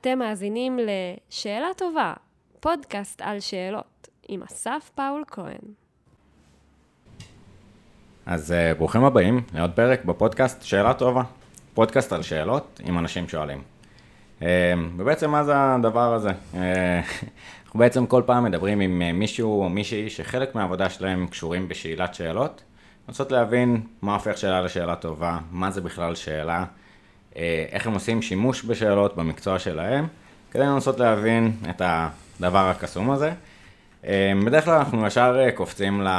אתם מאזינים לשאלה טובה, פודקאסט על שאלות, עם אסף פאול כהן. אז ברוכים הבאים לעוד פרק בפודקאסט שאלה טובה, פודקאסט על שאלות עם אנשים שואלים. ובעצם מה זה הדבר הזה? אנחנו בעצם כל פעם מדברים עם מישהו או מישהי שחלק מהעבודה שלהם קשורים בשאלת שאלות, לנסות להבין מה הופך שאלה לשאלה טובה, מה זה בכלל שאלה, איך הם עושים שימוש בשאלות במקצוע שלהם, כדי לנסות להבין את הדבר הקסום הזה. בדרך כלל אנחנו ישר קופצים ל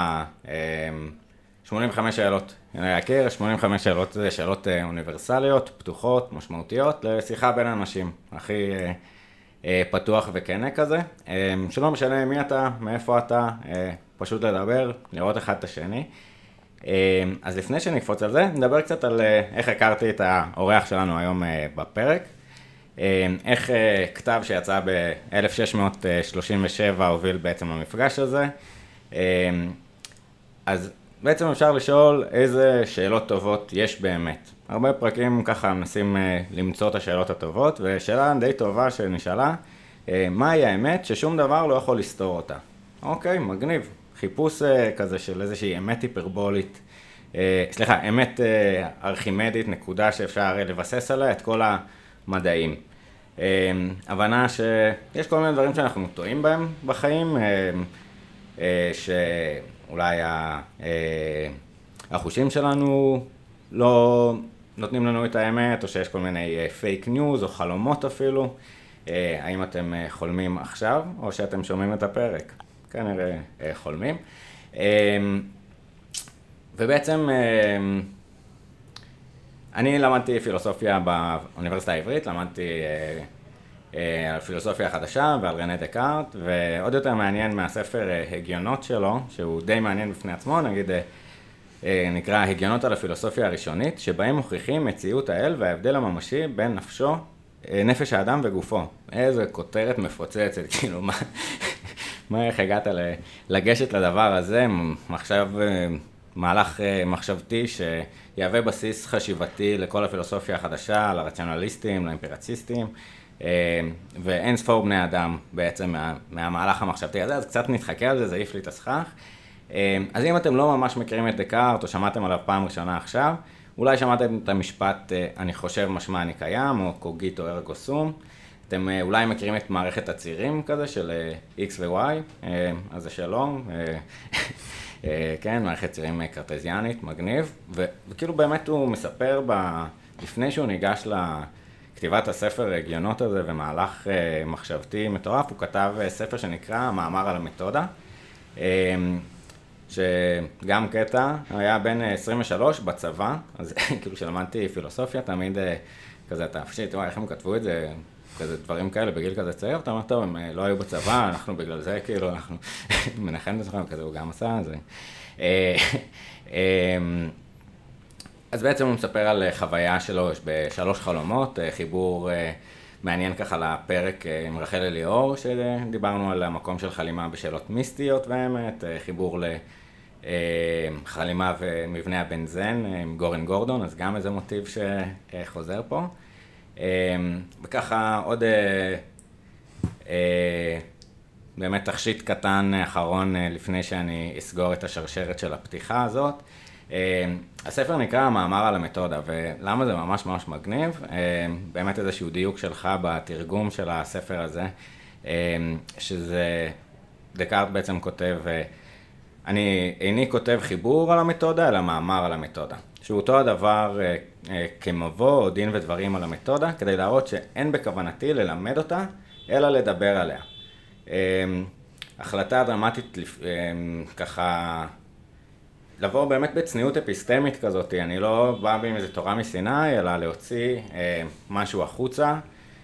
85 שאלות. להכיר, 85 שאלות זה שאלות אוניברסליות, פתוחות, משמעותיות, לשיחה בין אנשים. הכי פתוח וכנה כזה. שלא משנה מי אתה, מאיפה אתה, פשוט לדבר, לראות אחד את השני. אז לפני שנקפוץ על זה, נדבר קצת על איך הכרתי את האורח שלנו היום בפרק. איך כתב שיצא ב-1637 הוביל בעצם למפגש הזה. אז בעצם אפשר לשאול איזה שאלות טובות יש באמת. הרבה פרקים ככה מנסים למצוא את השאלות הטובות, ושאלה די טובה שנשאלה, מהי האמת ששום דבר לא יכול לסתור אותה? אוקיי, מגניב. חיפוש כזה של איזושהי אמת היפרבולית, אמת ארכימדית, נקודה שאפשר לבסס עליה את כל המדעים. הבנה שיש כל מיני דברים שאנחנו טועים בהם בחיים, שאולי החושים שלנו לא נותנים לנו את האמת, או שיש כל מיני פייק ניוז או חלומות אפילו. האם אתם חולמים עכשיו, או שאתם שומעים את הפרק? כנראה חולמים. ובעצם אני למדתי פילוסופיה באוניברסיטה העברית, למדתי על פילוסופיה חדשה ועל רנה דקארט, ועוד יותר מעניין מהספר הגיונות שלו, שהוא די מעניין בפני עצמו, נגיד נקרא הגיונות על הפילוסופיה הראשונית, שבהם מוכיחים מציאות האל וההבדל הממשי בין נפש האדם וגופו. איזה כותרת מפוצצת, כאילו איך הגעת לגשת לדבר הזה, מהלך מחשבתי שיהווה בסיס חשיבתי לכל הפילוסופיה החדשה, לרציונליסטים, לאמפיריציסטים, ואין ספור בני אדם בעצם מהמהלך המחשבתי הזה, אז קצת נתחכה על זה, זה העיף לי את הסכך. אז אם אתם לא ממש מכירים את דקארט, או שמעתם עליו פעם ראשונה עכשיו, אולי שמעתם את המשפט, אני חושב משמע אני קיים, או קוגיטו ארגו סום. אתם אולי מכירים את מערכת הצירים כזה של X ו-Y, אז זה שלום. כן, מערכת צירים קרטזיאנית, מגניב. וכאילו באמת הוא מספר לפני שהוא ניגש לכתיבת הספר הגיונות הזה ומהלך מחשבתי מטורף, הוא כתב ספר שנקרא מאמר על המתודה, שגם קטע היה בן 23 בצבא, אז כאילו שלמדתי פילוסופיה, תמיד כזה תפשיט, איך הם כתבו את זה, כזה דברים כאלה בגיל כזה צעיר, אתה אומר, טוב, הם לא היו בצבא, אנחנו בגלל זה כאילו, אנחנו מנחם את זה, כזה הוא גם עשה את זה. אז בעצם הוא מספר על חוויה שלו בשלוש חלומות, חיבור מעניין ככה לפרק עם רחל אליאור, שדיברנו על המקום של חלימה בשאלות מיסטיות באמת, חיבור לחלימה ומבנה הבנזן עם גורן גורדון, אז גם איזה מוטיב שחוזר פה. וככה עוד באמת תכשיט קטן אחרון לפני שאני אסגור את השרשרת של הפתיחה הזאת. הספר נקרא מאמר על המתודה, ולמה זה ממש ממש מגניב? באמת איזשהו דיוק שלך בתרגום של הספר הזה, שזה דקארט בעצם כותב, אני איני כותב חיבור על המתודה, אלא מאמר על המתודה. שהוא אותו הדבר כמבוא או דין ודברים על המתודה, כדי להראות שאין בכוונתי ללמד אותה, אלא לדבר עליה. החלטה דרמטית ככה, לבוא באמת בצניעות אפיסטמית כזאת, אני לא בא עם איזה תורה מסיני, אלא להוציא משהו החוצה.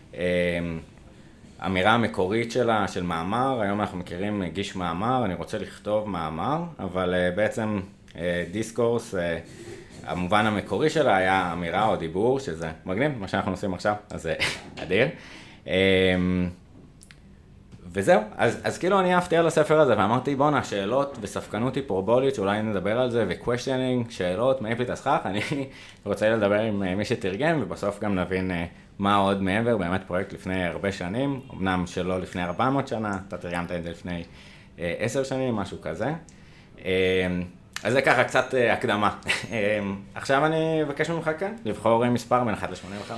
אמירה המקורית שלה, של מאמר, היום אנחנו מכירים גיש מאמר, אני רוצה לכתוב מאמר, אבל בעצם דיסקורס, המובן המקורי שלה היה אמירה או דיבור, שזה מגניב, מה שאנחנו עושים עכשיו, אז זה אדיר. וזהו, אז כאילו אני אהבתי על הספר הזה, ואמרתי, בוא'נה, שאלות וספקנות היפרבולית, שאולי נדבר על זה, ו-questioning, שאלות, מעיף לי את הסכך, אני רוצה לדבר עם מי שתרגם, ובסוף גם נבין מה עוד מעבר, באמת פרויקט לפני הרבה שנים, אמנם שלא לפני 400 שנה, אתה תרגמת את זה לפני 10 שנים, משהו כזה. אז זה ככה קצת הקדמה. עכשיו אני אבקש ממך כאן, לבחור מספר בין 1 ל-85.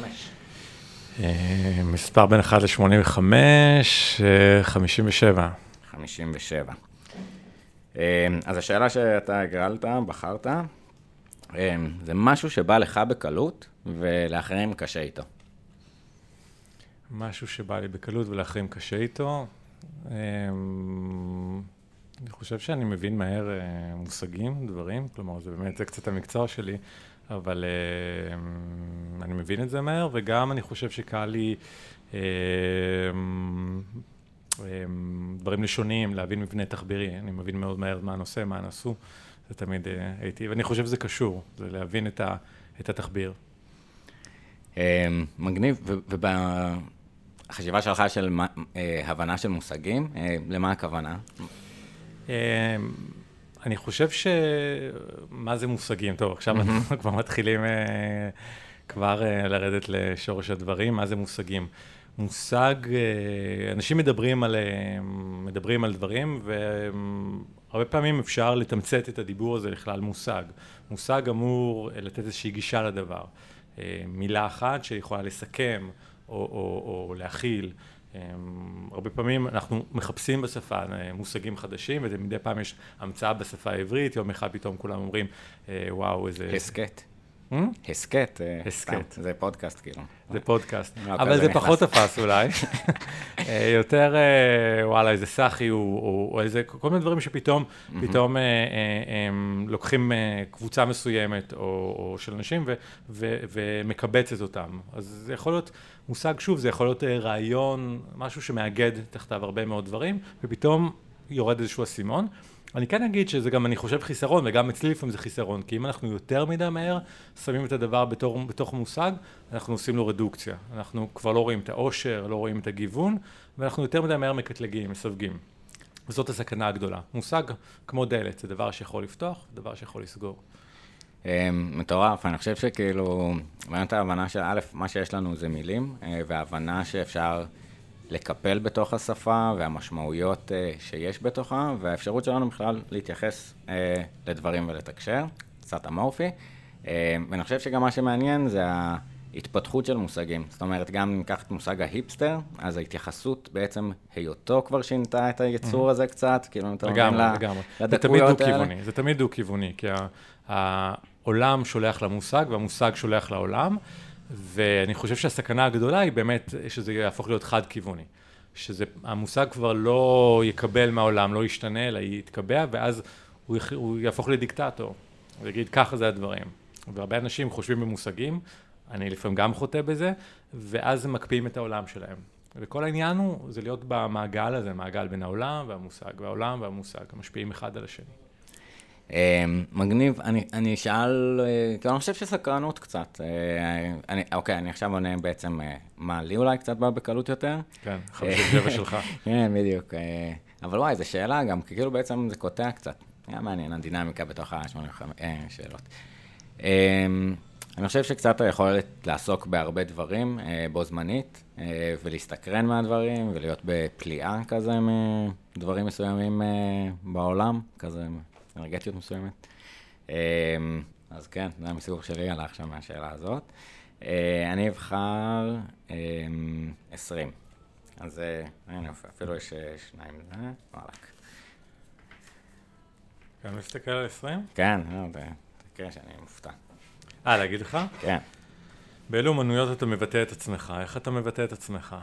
מספר בין 1 ל-85, 57. 57. אז השאלה שאתה הגרלת, בחרת, זה משהו שבא לך בקלות ולאחרים קשה איתו. משהו שבא לי בקלות ולאחרים קשה איתו. אני חושב שאני מבין מהר מושגים, דברים, כלומר זה באמת, זה קצת המקצוע שלי, אבל אני מבין את זה מהר, וגם אני חושב שקל לי דברים לשוניים, להבין מבנה תחבירי, אני מבין מאוד מהר מה הנושא, מה הנשוא, זה תמיד הייתי, ואני חושב שזה קשור, זה להבין את התחביר. מגניב, ובחשיבה שלך של הבנה של מושגים, למה הכוונה? אני חושב מה זה מושגים? טוב, עכשיו אנחנו כבר מתחילים כבר לרדת לשורש הדברים, מה זה מושגים? מושג, אנשים מדברים על דברים, והרבה פעמים אפשר לתמצת את הדיבור הזה לכלל מושג. מושג אמור לתת איזושהי גישה לדבר. מילה אחת שיכולה לסכם או להכיל. הרבה פעמים אנחנו מחפשים בשפה מושגים חדשים, ומדי פעם יש המצאה בשפה העברית, יום אחד פתאום כולם אומרים, וואו, איזה... הסקט. הסקט. זה פודקאסט כאילו. זה פודקאסט, אבל זה פחות תפס אולי. יותר, וואלה, איזה סחי, או איזה, כל מיני דברים שפתאום לוקחים קבוצה מסוימת, או של אנשים, ומקבצת אותם. אז זה יכול להיות מושג, שוב, זה יכול להיות רעיון, משהו שמאגד תחתיו הרבה מאוד דברים, ופתאום יורד איזשהו אסימון. אני כן אגיד שזה גם, אני חושב, חיסרון, וגם אצלי לפעמים זה חיסרון, כי אם אנחנו יותר מדי מהר שמים את הדבר בתוך מושג, אנחנו עושים לו רדוקציה. אנחנו כבר לא רואים את העושר, לא רואים את הגיוון, ואנחנו יותר מדי מהר מקטלגים, מסווגים. וזאת הסכנה הגדולה. מושג כמו דלת, זה דבר שיכול לפתוח, דבר שיכול לסגור. מטורף, אני חושב שכאילו, באמת ההבנה של א', מה שיש לנו זה מילים, וההבנה שאפשר לקפל בתוך השפה והמשמעויות שיש בתוכה, והאפשרות שלנו בכלל להתייחס לדברים ולתקשר, קצת אמורפי. ואני חושב שגם מה שמעניין זה ההתפתחות של מושגים. זאת אומרת, גם אם ניקח את מושג ההיפסטר, אז ההתייחסות בעצם היותו כבר שינתה את היצור הזה קצת, כאילו אם אתה אומר לדקויות האלה. זה תמיד דו-כיווני, כי העולם שולח למושג והמושג שולח לעולם, ואני חושב שהסכנה הגדולה היא באמת שזה יהפוך להיות חד-כיווני. שהמושג כבר לא יקבל מהעולם, לא ישתנה, אלא יתקבע, ואז הוא יהפוך לדיקטטור. הוא יגיד, ככה זה הדברים. והרבה אנשים חושבים במושגים, אני לפעמים גם חוטא בזה, ואז הם מקפיאים את העולם שלהם. וכל העניין הוא, זה להיות במעגל הזה, מעגל בין העולם והמושג, והעולם והמושג, משפיעים אחד על השני. מגניב, אני שאל, כי אני חושב שסקרנות קצת. אוקיי, אני עכשיו עונה בעצם מה לי אולי קצת בא בקלות יותר. כן, 57 שלך. כן, בדיוק. אבל וואי, זו שאלה גם, כי כאילו בעצם זה קוטע קצת. היה מעניין, הדינמיקה בתוך השאלות. אני חושב שקצת היכולת לעסוק בהרבה דברים בו זמנית, ולהסתקרן מהדברים, ולהיות בפליאה כזה מדברים מסוימים בעולם, כזה אנרגטיות מסוימת. אז כן, זה המסיבוב שלי עלה עכשיו מהשאלה הזאת. אני אבחר 20. אז הנה, אפילו יש שניים לזה, וואלק. גם להסתכל על 20? כן, תקרא שאני מופתע. להגיד לך? כן. באילו אומנויות אתה מבטא את עצמך? איך אתה מבטא את עצמך?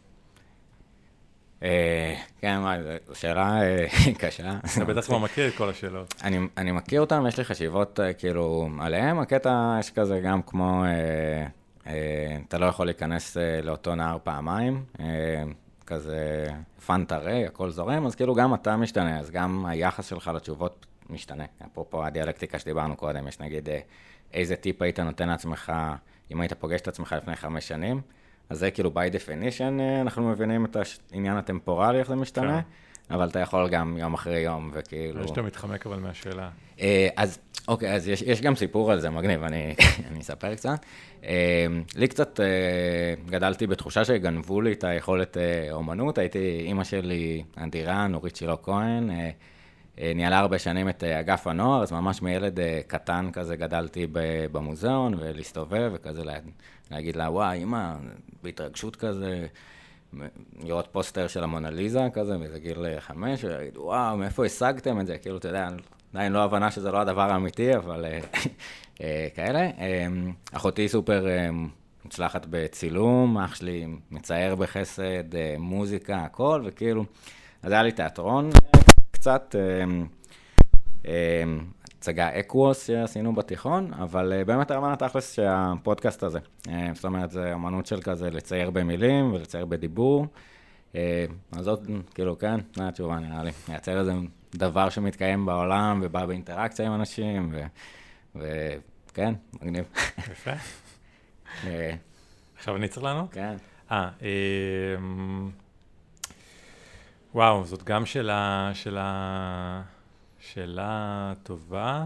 כן, זו שאלה קשה. אתה בטח כבר מכיר את כל השאלות. אני מכיר אותם, יש לי חשיבות כאילו עליהם. הקטע יש כזה גם כמו, אתה לא יכול להיכנס לאותו נהר פעמיים, כזה פנטרי, הכל זורם, אז כאילו גם אתה משתנה, אז גם היחס שלך לתשובות משתנה. אפרופו הדיאלקטיקה שדיברנו קודם, יש נגיד איזה טיפ היית נותן לעצמך, אם היית פוגש את עצמך לפני 5 שנים, אז זה כאילו by definition, אנחנו מבינים את העניין הטמפורלי, איך זה משתנה, אבל אתה יכול גם יום אחרי יום, וכאילו... שאתה מתחמק אבל מהשאלה. אז, אוקיי, אז יש גם סיפור על זה, מגניב, אני אספר קצת. לי קצת גדלתי בתחושה שגנבו לי את היכולת אומנות, הייתי, אמא שלי אדירה, נורית שילה כהן, ניהלה הרבה שנים את אגף הנוער, אז ממש מילד קטן כזה גדלתי במוזיאון, ולהסתובב וכזה להגיד לה, וואי, אמא, בהתרגשות כזה, לראות פוסטר של המונליזה כזה, וזה גיל 5, ולהגיד, וואו, מאיפה השגתם את זה? כאילו, אתה יודע, עדיין לא הבנה שזה לא הדבר האמיתי, אבל כאלה. אחותי סופר מוצלחת בצילום, אח שלי מצייר בחסד, מוזיקה, הכל, וכאילו, אז היה לי תיאטרון קצת, הצגה אקווס שעשינו בתיכון, אבל באמת הרמן התכלס שהפודקאסט הזה, זאת אומרת, זה אמנות של כזה לצייר במילים ולצייר בדיבור, אז זאת, כאילו, כן, זו התשובה נראה לי, לייצר איזה דבר שמתקיים בעולם ובא באינטראקציה עם אנשים, וכן, מגניב. יפה. עכשיו אני צריך לענות? כן. וואו, זאת גם שאלה טובה.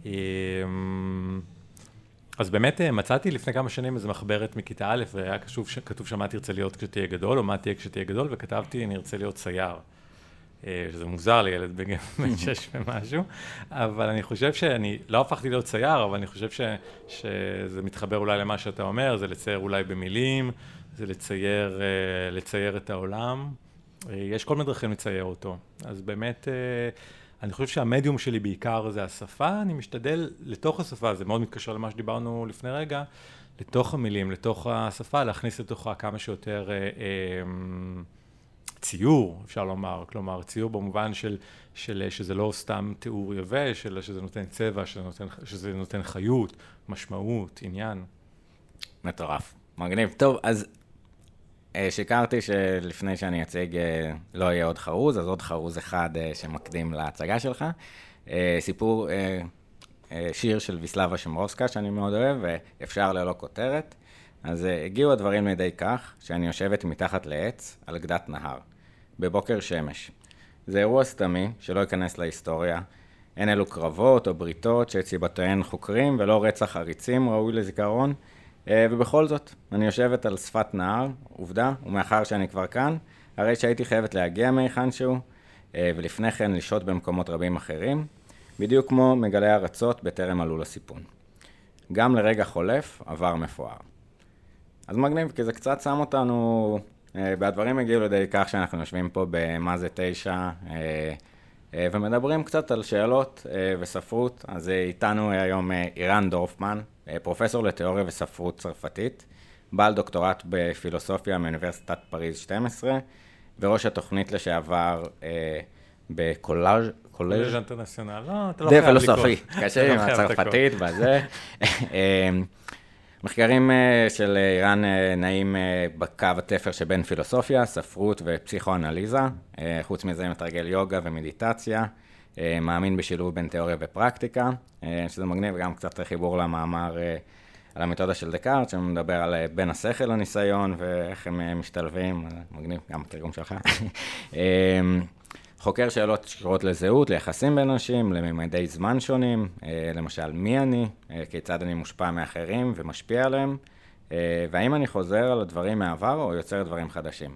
אז באמת מצאתי לפני כמה שנים איזו מחברת מכיתה א', והיה כתוב שם מה תרצה להיות כשתהיה גדול, או מה תהיה כשתהיה גדול, וכתבתי אני ארצה להיות צייר. שזה מוזר לילד בן 6 ומשהו, אבל אני חושב שאני לא הפכתי להיות צייר, אבל אני חושב שזה מתחבר אולי למה שאתה אומר, זה לצייר אולי במילים, זה לצייר את העולם. יש כל מיני דרכים לצייר אותו. אז באמת, אני חושב שהמדיום שלי בעיקר זה השפה, אני משתדל לתוך השפה, זה מאוד מתקשר למה שדיברנו לפני רגע, לתוך המילים, לתוך השפה, להכניס לתוכה כמה שיותר ציור, אפשר לומר, כלומר, ציור במובן שזה לא סתם תיאור יבש, אלא שזה נותן צבע, שזה נותן חיות, משמעות, עניין. מטורף. מגניב. טוב, אז שיקרתי שלפני שאני אציג לא יהיה עוד חרוז, אז עוד חרוז אחד שמקדים להצגה שלך. סיפור, שיר של ויסלבה שמרוסקה, שאני מאוד אוהב, ואפשר ללא כותרת. אז הגיעו הדברים לידי כך שאני יושבת מתחת לעץ על גדת נהר, בבוקר שמש. זה אירוע סתמי שלא ייכנס להיסטוריה. אין אלו קרבות או בריתות שציבתיהן חוקרים ולא רצח עריצים ראוי לזיכרון. ובכל זאת, אני יושבת על שפת נהר, עובדה, ומאחר שאני כבר כאן, הרי שהייתי חייבת להגיע מהיכן שהוא, ולפני כן לשהות במקומות רבים אחרים, בדיוק כמו מגלי ארצות בטרם עלו לסיפון. גם לרגע חולף עבר מפואר. אז מגניב, כי זה קצת שם אותנו, והדברים הגיעו לידי כך שאנחנו יושבים פה במה זה 9, ומדברים קצת על שאלות וספרות. אז איתנו היום אירן דורפמן, פרופסור לתיאוריה וספרות צרפתית, בעל דוקטורט בפילוסופיה מאוניברסיטת פריז 12, וראש התוכנית לשעבר בקולאז' אינטרנציונל. לא, אתה לא חייב לקרוא. פילוסופי, קשה עם הצרפתית בזה. מחקרים של איראן נעים בקו התפר שבין פילוסופיה, ספרות ופסיכואנליזה. חוץ מזה מתרגל יוגה ומדיטציה. מאמין בשילוב בין תיאוריה ופרקטיקה, שזה מגניב גם קצת חיבור למאמר על המתודה של דקארט, שמדבר על בין השכל לניסיון ואיך הם משתלבים, מגניב גם בתרגום שלך. חוקר שאלות שקורות לזהות, ליחסים בין אנשים, לממדי זמן שונים, למשל מי אני, כיצד אני מושפע מאחרים ומשפיע עליהם, והאם אני חוזר על הדברים מהעבר או יוצר דברים חדשים.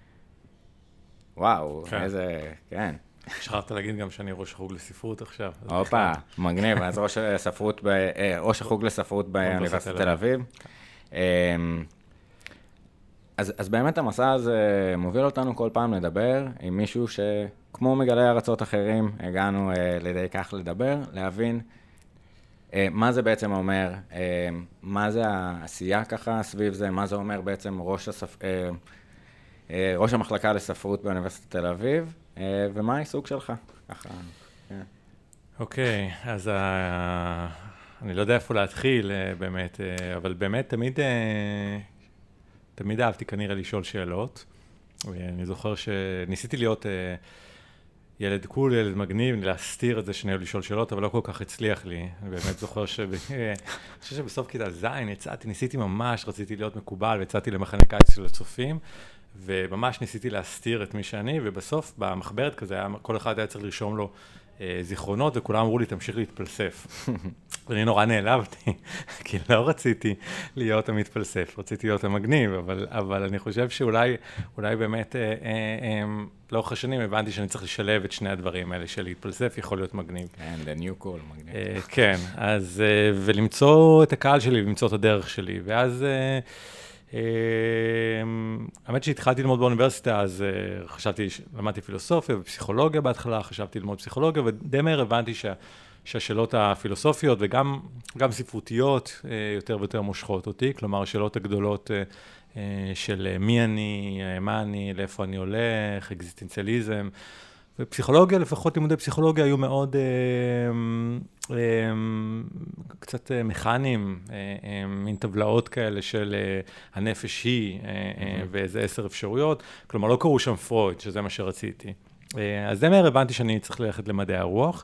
וואו, איזה, כן. שכחת להגיד גם שאני ראש החוג לספרות עכשיו. הופה, מגניב, אז ראש החוג לספרות באוניברסיטת תל אביב. אז באמת המסע הזה מוביל אותנו כל פעם לדבר עם מישהו שכמו מגלי ארצות אחרים, הגענו לידי כך לדבר, להבין מה זה בעצם אומר, מה זה העשייה ככה סביב זה, מה זה אומר בעצם ראש המחלקה לספרות באוניברסיטת תל אביב, ומה העיסוק שלך? ככה, כן. אוקיי, אז אני לא יודע איפה להתחיל באמת, אבל באמת תמיד אהבתי כנראה לשאול שאלות. אני זוכר שניסיתי להיות ילד קול, ילד מגניב, להסתיר את זה שאני אוהב לשאול שאלות, אבל לא כל כך הצליח לי. אני באמת זוכר אני חושב שבסוף כיתה ז' יצאתי, ניסיתי ממש, רציתי להיות מקובל, ויצאתי למחנה קיץ של הצופים, וממש ניסיתי להסתיר את מי שאני, ובסוף במחברת כזה, כל אחד היה צריך לרשום לו זיכרונות, וכולם אמרו לי, תמשיך להתפלסף. ואני נורא נעלבתי, כי לא רציתי להיות המתפלסף, רציתי להיות המגניב, אבל אני חושב שאולי באמת, לאורך השנים הבנתי שאני צריך לשלב את שני הדברים האלה, של להתפלסף יכול להיות מגניב. כן, the new cool, מגניב. כן, אז, ולמצוא את הקהל שלי, ולמצוא את הדרך שלי, ואז, האמת שהתחלתי ללמוד באוניברסיטה, אז למדתי פילוסופיה ופסיכולוגיה בהתחלה, חשבתי ללמוד פסיכולוגיה, ודי מהר הבנתי שהשאלות הפילוסופיות וגם ספרותיות יותר ויותר מושכות אותי, כלומר השאלות הגדולות של מי אני, מה אני, לאיפה אני הולך, אקזיסטנציאליזם, ופסיכולוגיה, לפחות לימודי פסיכולוגיה היו מאוד קצת מכניים, מין טבלאות כאלה של הנפש היא ואיזה 10 אפשרויות, כלומר לא קראו שם פרויד, שזה מה שרציתי. אז די מהר הבנתי שאני צריך ללכת למדעי הרוח,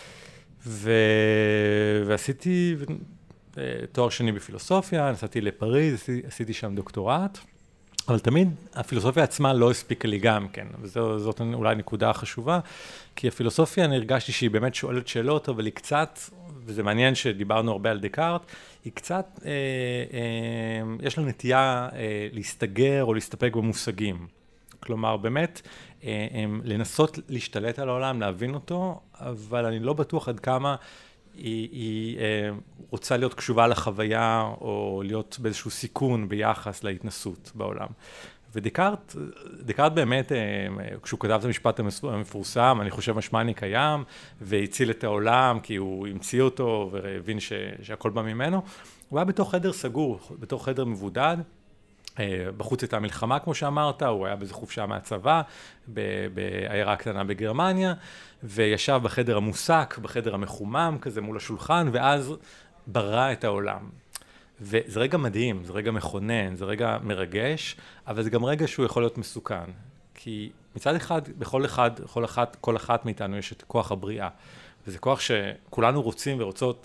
ועשיתי תואר שני בפילוסופיה, נסעתי לפריז, עשיתי שם דוקטורט, אבל תמיד הפילוסופיה עצמה לא הספיקה לי גם כן, וזאת אולי נקודה חשובה, כי הפילוסופיה אני הרגשתי שהיא באמת שואלת שאלות, אבל היא קצת, וזה מעניין שדיברנו הרבה על דקארט, היא קצת, יש לה נטייה להסתגר או להסתפק במושגים. כלומר, באמת, לנסות להשתלט על העולם, להבין אותו, אבל אני לא בטוח עד כמה היא רוצה להיות קשובה לחוויה, או להיות באיזשהו סיכון ביחס להתנסות בעולם. ודקארט באמת, כשהוא כתב את המשפט המפורסם, אני חושב משמעני קיים, והציל את העולם, כי הוא המציא אותו, והבין שהכל בא ממנו, הוא היה בתוך חדר סגור, בתוך חדר מבודד, בחוץ הייתה מלחמה, כמו שאמרת, הוא היה באיזו חופשה מהצבא, בעיירה קטנה בגרמניה, וישב בחדר המוסק, בחדר המחומם, כזה מול השולחן, ואז ברא את העולם. וזה רגע מדהים, זה רגע מכונן, זה רגע מרגש, אבל זה גם רגע שהוא יכול להיות מסוכן. כי מצד אחד, כל אחת מאיתנו יש את כוח הבריאה, וזה כוח שכולנו רוצים ורוצות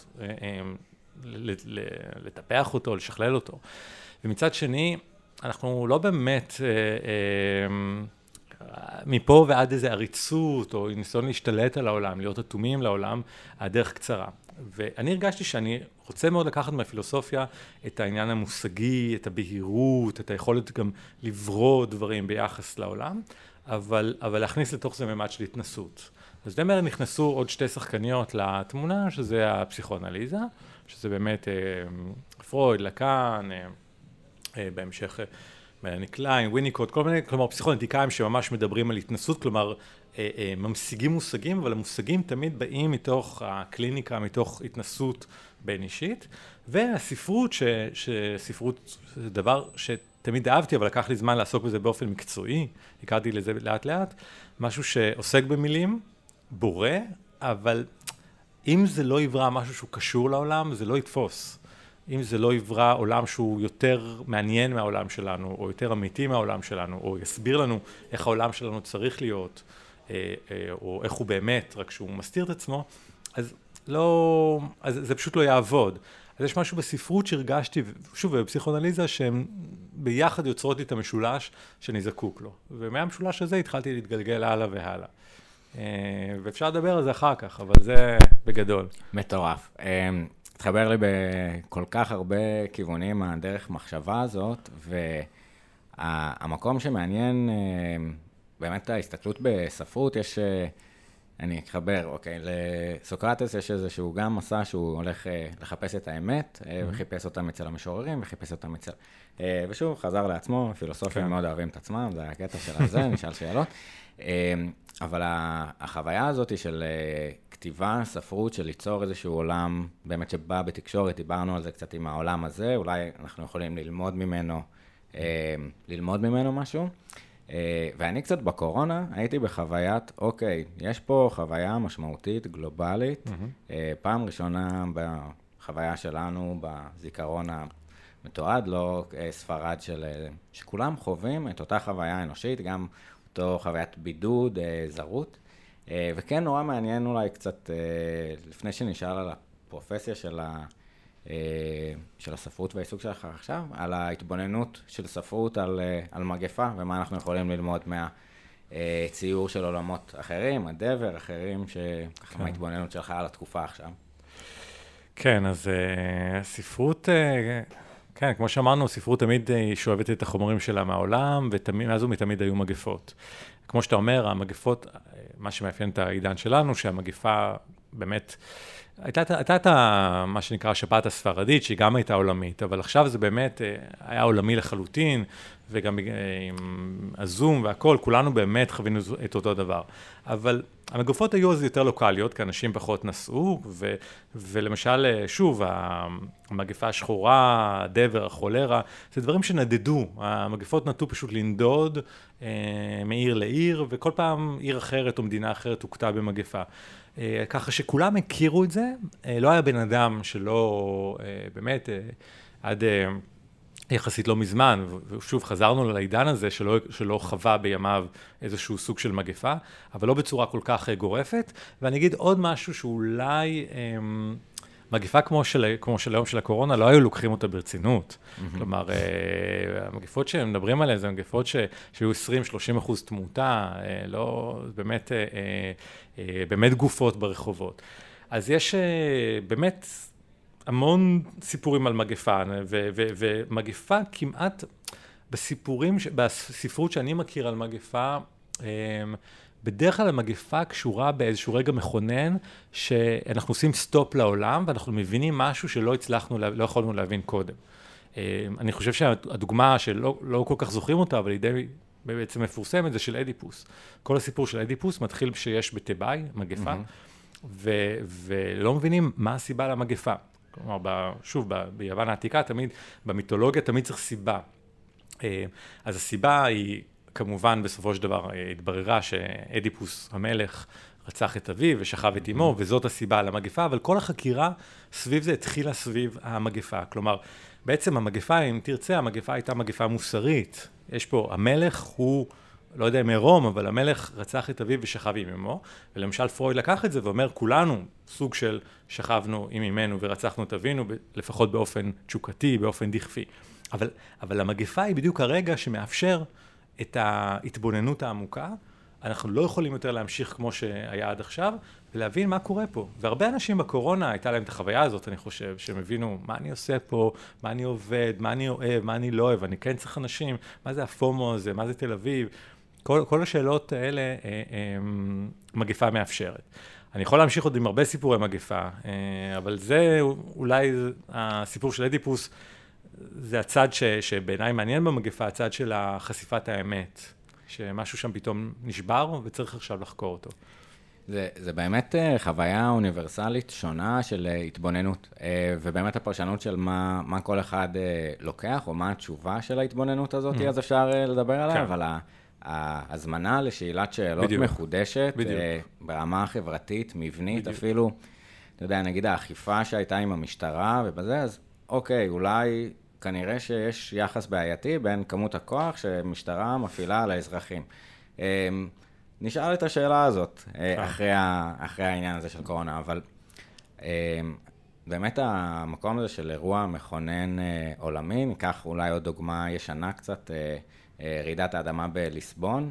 לטפח אותו, לשכלל אותו. ומצד שני, אנחנו לא באמת מפה ועד איזו עריצות או ניסיון להשתלט על העולם, להיות אטומים לעולם, הדרך קצרה. ואני הרגשתי שאני רוצה מאוד לקחת מהפילוסופיה את העניין המושגי, את הבהירות, את היכולת גם לברוא דברים ביחס לעולם, אבל להכניס לתוך זה ממד של התנסות. אז די מהר נכנסו עוד 2 שחקניות לתמונה, שזה הפסיכואנליזה, שזה באמת פרויד, לקאן, בהמשך מלאני קליין, ויניקוט, כל מיני, כלומר פסיכואנליטיקאים שממש מדברים על התנסות, כלומר ממשיגים מושגים, אבל המושגים תמיד באים מתוך הקליניקה, מתוך התנסות בין אישית, והספרות, שספרות זה דבר שתמיד אהבתי, אבל לקח לי זמן לעסוק בזה באופן מקצועי, הכרתי לזה לאט לאט, משהו שעוסק במילים, בורא, אבל אם זה לא יברא משהו שהוא קשור לעולם, זה לא יתפוס. אם זה לא יברא עולם שהוא יותר מעניין מהעולם שלנו, או יותר אמיתי מהעולם שלנו, או יסביר לנו איך העולם שלנו צריך להיות, או איך הוא באמת, רק שהוא מסתיר את עצמו, אז זה פשוט לא יעבוד. אז יש משהו בספרות שהרגשתי, שוב, בפסיכואנליזה, שהם ביחד יוצרות את המשולש שאני זקוק לו. ומהמשולש הזה התחלתי להתגלגל הלאה והלאה. ואפשר לדבר על זה אחר כך, אבל זה בגדול. מטורף. התחבר לי בכל כך הרבה כיוונים הדרך מחשבה הזאת, והמקום שמעניין, באמת ההסתכלות בספרות, יש, אני אתחבר, אוקיי, לסוקרטס יש איזשהו גם מסע שהוא הולך לחפש את האמת, וחיפש אותם אצל המשוררים, וחיפש אותם אצל, ושוב, חזר לעצמו, פילוסופים מאוד אוהבים את עצמם, זה הקטע של זה, נשאל שאלות, אבל החוויה הזאת היא של כתיבה, ספרות, של ליצור איזשהו עולם, באמת שבא בתקשורת, דיברנו על זה קצת עם העולם הזה, אולי אנחנו יכולים ללמוד ממנו משהו. ואני קצת בקורונה הייתי בחוויית, אוקיי, יש פה חוויה משמעותית, גלובלית, פעם ראשונה בחוויה שלנו, בזיכרון המתועד, לא ספרד שכולם חווים את אותה חוויה אנושית, גם אותו חוויית בידוד, זרות. וכן, נורא מעניין אולי קצת, לפני שנשאל על הפרופסיה של הספרות והעיסוק שלך עכשיו, על ההתבוננות של ספרות על מגפה, ומה אנחנו יכולים ללמוד מהציור של עולמות אחרים, הדבר, אחרים, שככה מההתבוננות שלך על התקופה עכשיו. כן, אז הספרות, כן, כמו שאמרנו, ספרות תמיד שואבת את החומרים שלה מהעולם, ומאז ומתמיד היו מגפות. כמו שאתה אומר, המגפות, מה שמאפיין את העידן שלנו, שהמגפה באמת, הייתה מה שנקרא השפעת הספרדית, שהיא גם הייתה עולמית, אבל עכשיו זה באמת היה עולמי לחלוטין, וגם עם הזום והכל, כולנו באמת חווינו את אותו דבר. אבל המגפות היו אז יותר לוקליות, כי אנשים פחות נסעו, ולמשל, שוב, המגפה השחורה, הדבר, החולרה, זה דברים שנדדו. המגפות נטו פשוט לנדוד מעיר לעיר, וכל פעם עיר אחרת או מדינה אחרת הוקטה במגפה. ככה שכולם הכירו את זה, לא היה בן אדם שלא, באמת, עד יחסית לא מזמן, ושוב חזרנו לעידן הזה שלא חווה בימיו איזשהו סוג של מגפה, אבל לא בצורה כל כך גורפת. ואני אגיד עוד משהו שאולי מגפה כמו של היום של הקורונה, לא היו לוקחים אותה ברצינות. כלומר, המגפות שהם מדברים עליהן, זה מגפות שהיו 20-30% תמותה, לא באמת גופות ברחובות. אז יש באמת המון סיפורים על מגפה, ומגפה כמעט בספרות שאני מכיר על מגפה, בדרך כלל המגפה קשורה באיזשהו רגע מכונן, שאנחנו עושים סטופ לעולם, ואנחנו מבינים משהו שלא לא יכולנו להבין קודם. אני חושב שהדוגמה שלא כל כך זוכרים אותה, אבל היא די בעצם מפורסמת, זה של אדיפוס. כל הסיפור של אדיפוס מתחיל שיש בתיבאי, מגפה, ולא מבינים מה הסיבה למגפה. כלומר, שוב, ביוון העתיקה תמיד, במיתולוגיה תמיד צריך סיבה. אז הסיבה היא, כמובן, בסופו של דבר התבררה שאדיפוס המלך רצח את אביו ושכב את אמו, וזאת הסיבה למגפה, אבל כל החקירה סביב זה התחילה סביב המגפה. כלומר, בעצם המגפה, אם תרצה, המגפה הייתה מגפה מוסרית. יש פה, המלך הוא, לא יודע אם עירום, אבל המלך רצח את אביו ושכב עם אמו, ולמשל פרויד לקח את זה ואומר, כולנו סוג של שכבנו עם אמנו ורצחנו את אבינו, לפחות באופן תשוקתי, באופן דכפי. אבל המגפה היא בדיוק הרגע שמאפשר את ההתבוננות העמוקה. אנחנו לא יכולים יותר להמשיך כמו שהיה עד עכשיו, ולהבין מה קורה פה. והרבה אנשים בקורונה הייתה להם את החוויה הזאת, אני חושב, שהם הבינו מה אני עושה פה, מה אני עובד, מה אני אוהב, מה אני לא אוהב, אני כן צריך אנשים, מה זה הפומו הזה, מה זה תל אביב. כל השאלות האלה מגפה מאפשרת. אני יכול להמשיך עוד עם הרבה סיפורי מגפה, אבל זה אולי הסיפור של אדיפוס, זה הצד שבעיניי מעניין במגפה, הצד של חשיפת האמת, שמשהו שם פתאום נשבר וצריך עכשיו לחקור אותו. זה באמת חוויה אוניברסלית שונה של התבוננות, ובאמת הפרשנות של מה כל אחד לוקח, או מה התשובה של ההתבוננות הזאת, אז אפשר לדבר עליה, אבל ההזמנה לשאלת שאלות מחודשת, ברמה החברתית, מבנית, אפילו, אתה יודע, נגיד האכיפה שהייתה עם המשטרה ובזה, אז אוקיי, אולי כנראה שיש יחס בעייתי בין כמות הכוח שמשטרה מפעילה על האזרחים. נשאל את השאלה הזאת אחרי העניין הזה של קורונה, אבל באמת המקום הזה של אירוע מכונן עולמי, ניקח אולי עוד דוגמה ישנה קצת, רעידת האדמה בליסבון,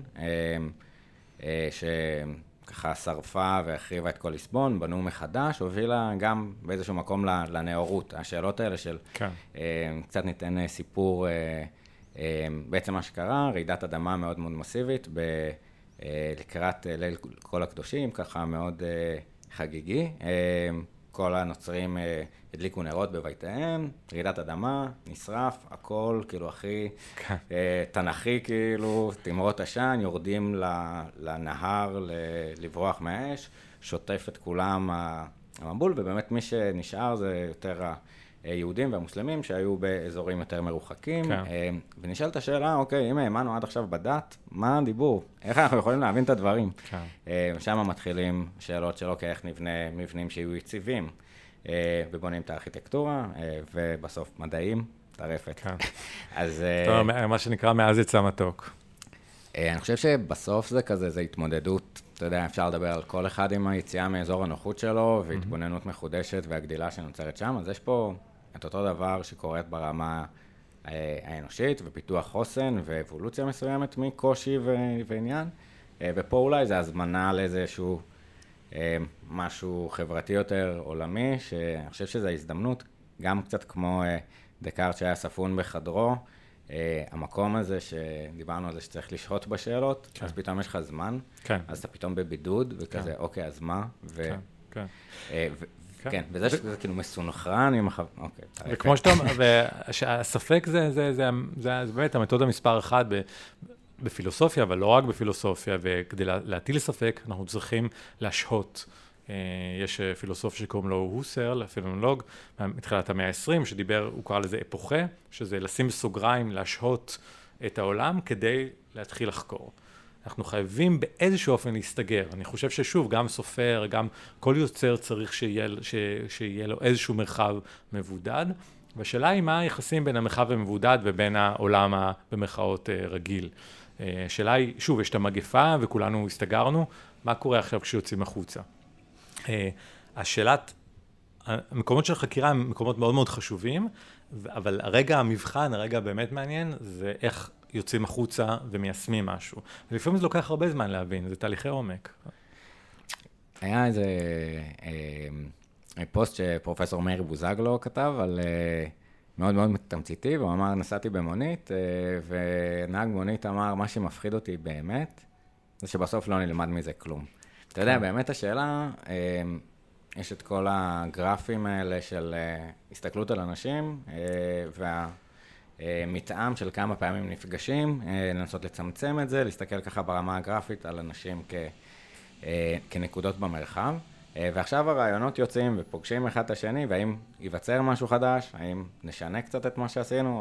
שככה שרפה והחריבה את כל ליסבון, בנו מחדש, הובילה גם באיזשהו מקום לנאורות. השאלות האלה של קצת ניתן סיפור, בעצם מה שקרה, רעידת אדמה מאוד מאוד מסיבית, לקראת ליל כל הקדושים, ככה מאוד חגיגי. כל הנוצרים הדליקו נרות בביתיהם, רעידת אדמה, נשרף, הכל כאילו הכי תנכי, כאילו תמרות עשן, יורדים לנהר לברוח מהאש, שוטף את כולם המבול, ובאמת מי שנשאר זה יותר היהודים והמוסלמים שהיו באזורים יותר מרוחקים. ונשאל את השאלה, אוקיי, אם האמנו עד עכשיו בדת, מה הדיבור? איך אנחנו יכולים להבין את הדברים? שם מתחילים שאלות של אוקיי, איך נבנה מבנים שיהיו יציבים, ובונים את הארכיטקטורה, ובסוף מדעים, טרפת. אז מה שנקרא מאז יצא מתוק. אני חושב שבסוף זה כזה, זה התמודדות אתה יודע, אפשר לדבר על כל אחד עם היציאה מאזור הנוחות שלו, והתבוננות מחודשת והגדילה שנוצרת שם, אז יש פה את אותו דבר שקורית ברמה האנושית, ופיתוח חוסן ואבולוציה מסוימת מקושי ועניין, ופה אולי זה הזמנה לאיזשהו משהו חברתי יותר עולמי, שאני חושב שזו הזדמנות, גם קצת כמו דקארט שהיה ספון בחדרו, המקום הזה שדיברנו על זה שצריך לשהות בשאלות, אז פתאום יש לך זמן, אז אתה פתאום בבידוד, וכזה, אוקיי, אז מה? כן, וזה שזה כאילו מסונכרן עם אוקיי. וכמו שאתה אומר, והספק זה באמת המתודה מספר 1 בפילוסופיה, אבל לא רק בפילוסופיה, וכדי להטיל ספק, אנחנו צריכים להשהות. יש פילוסוף שקוראים לו הוסרל, פילונולוג, מתחילת המאה ה-20, שדיבר, הוא קרא לזה אפוכה, שזה לשים בסוגריים, להשהות את העולם, כדי להתחיל לחקור. אנחנו חייבים באיזשהו אופן להסתגר. אני חושב ששוב, גם סופר, גם כל יוצר צריך שיהיה לו איזשהו מרחב מבודד, והשאלה היא מה היחסים בין המרחב המבודד ובין העולם במרכאות רגיל. השאלה היא, שוב, יש את המגפה וכולנו הסתגרנו, מה קורה עכשיו כשיוצאים החוצה? השאלת, המקומות של החקירה הם מקומות מאוד מאוד חשובים, אבל הרגע המבחן, הרגע באמת מעניין, זה איך יוצאים החוצה ומיישמים משהו. ולפעמים זה לוקח הרבה זמן להבין, זה תהליכי עומק. היה איזה פוסט שפרופסור מאיר בוזגלו כתב על מאוד מאוד תמציתי, והוא אמר, נסעתי במונית, ונהג מונית אמר, מה שמפחיד אותי באמת, זה שבסוף לא נלמד מזה כלום. אתה יודע, באמת השאלה, יש את כל הגרפים האלה של הסתכלות על אנשים, והמתאם של כמה פעמים נפגשים, לנסות לצמצם את זה, להסתכל ככה ברמה הגרפית על אנשים כנקודות במרחב. ועכשיו הרעיונות יוצאים ופוגשים אחד את השני, והאם ייווצר משהו חדש, האם נשנה קצת את מה שעשינו, או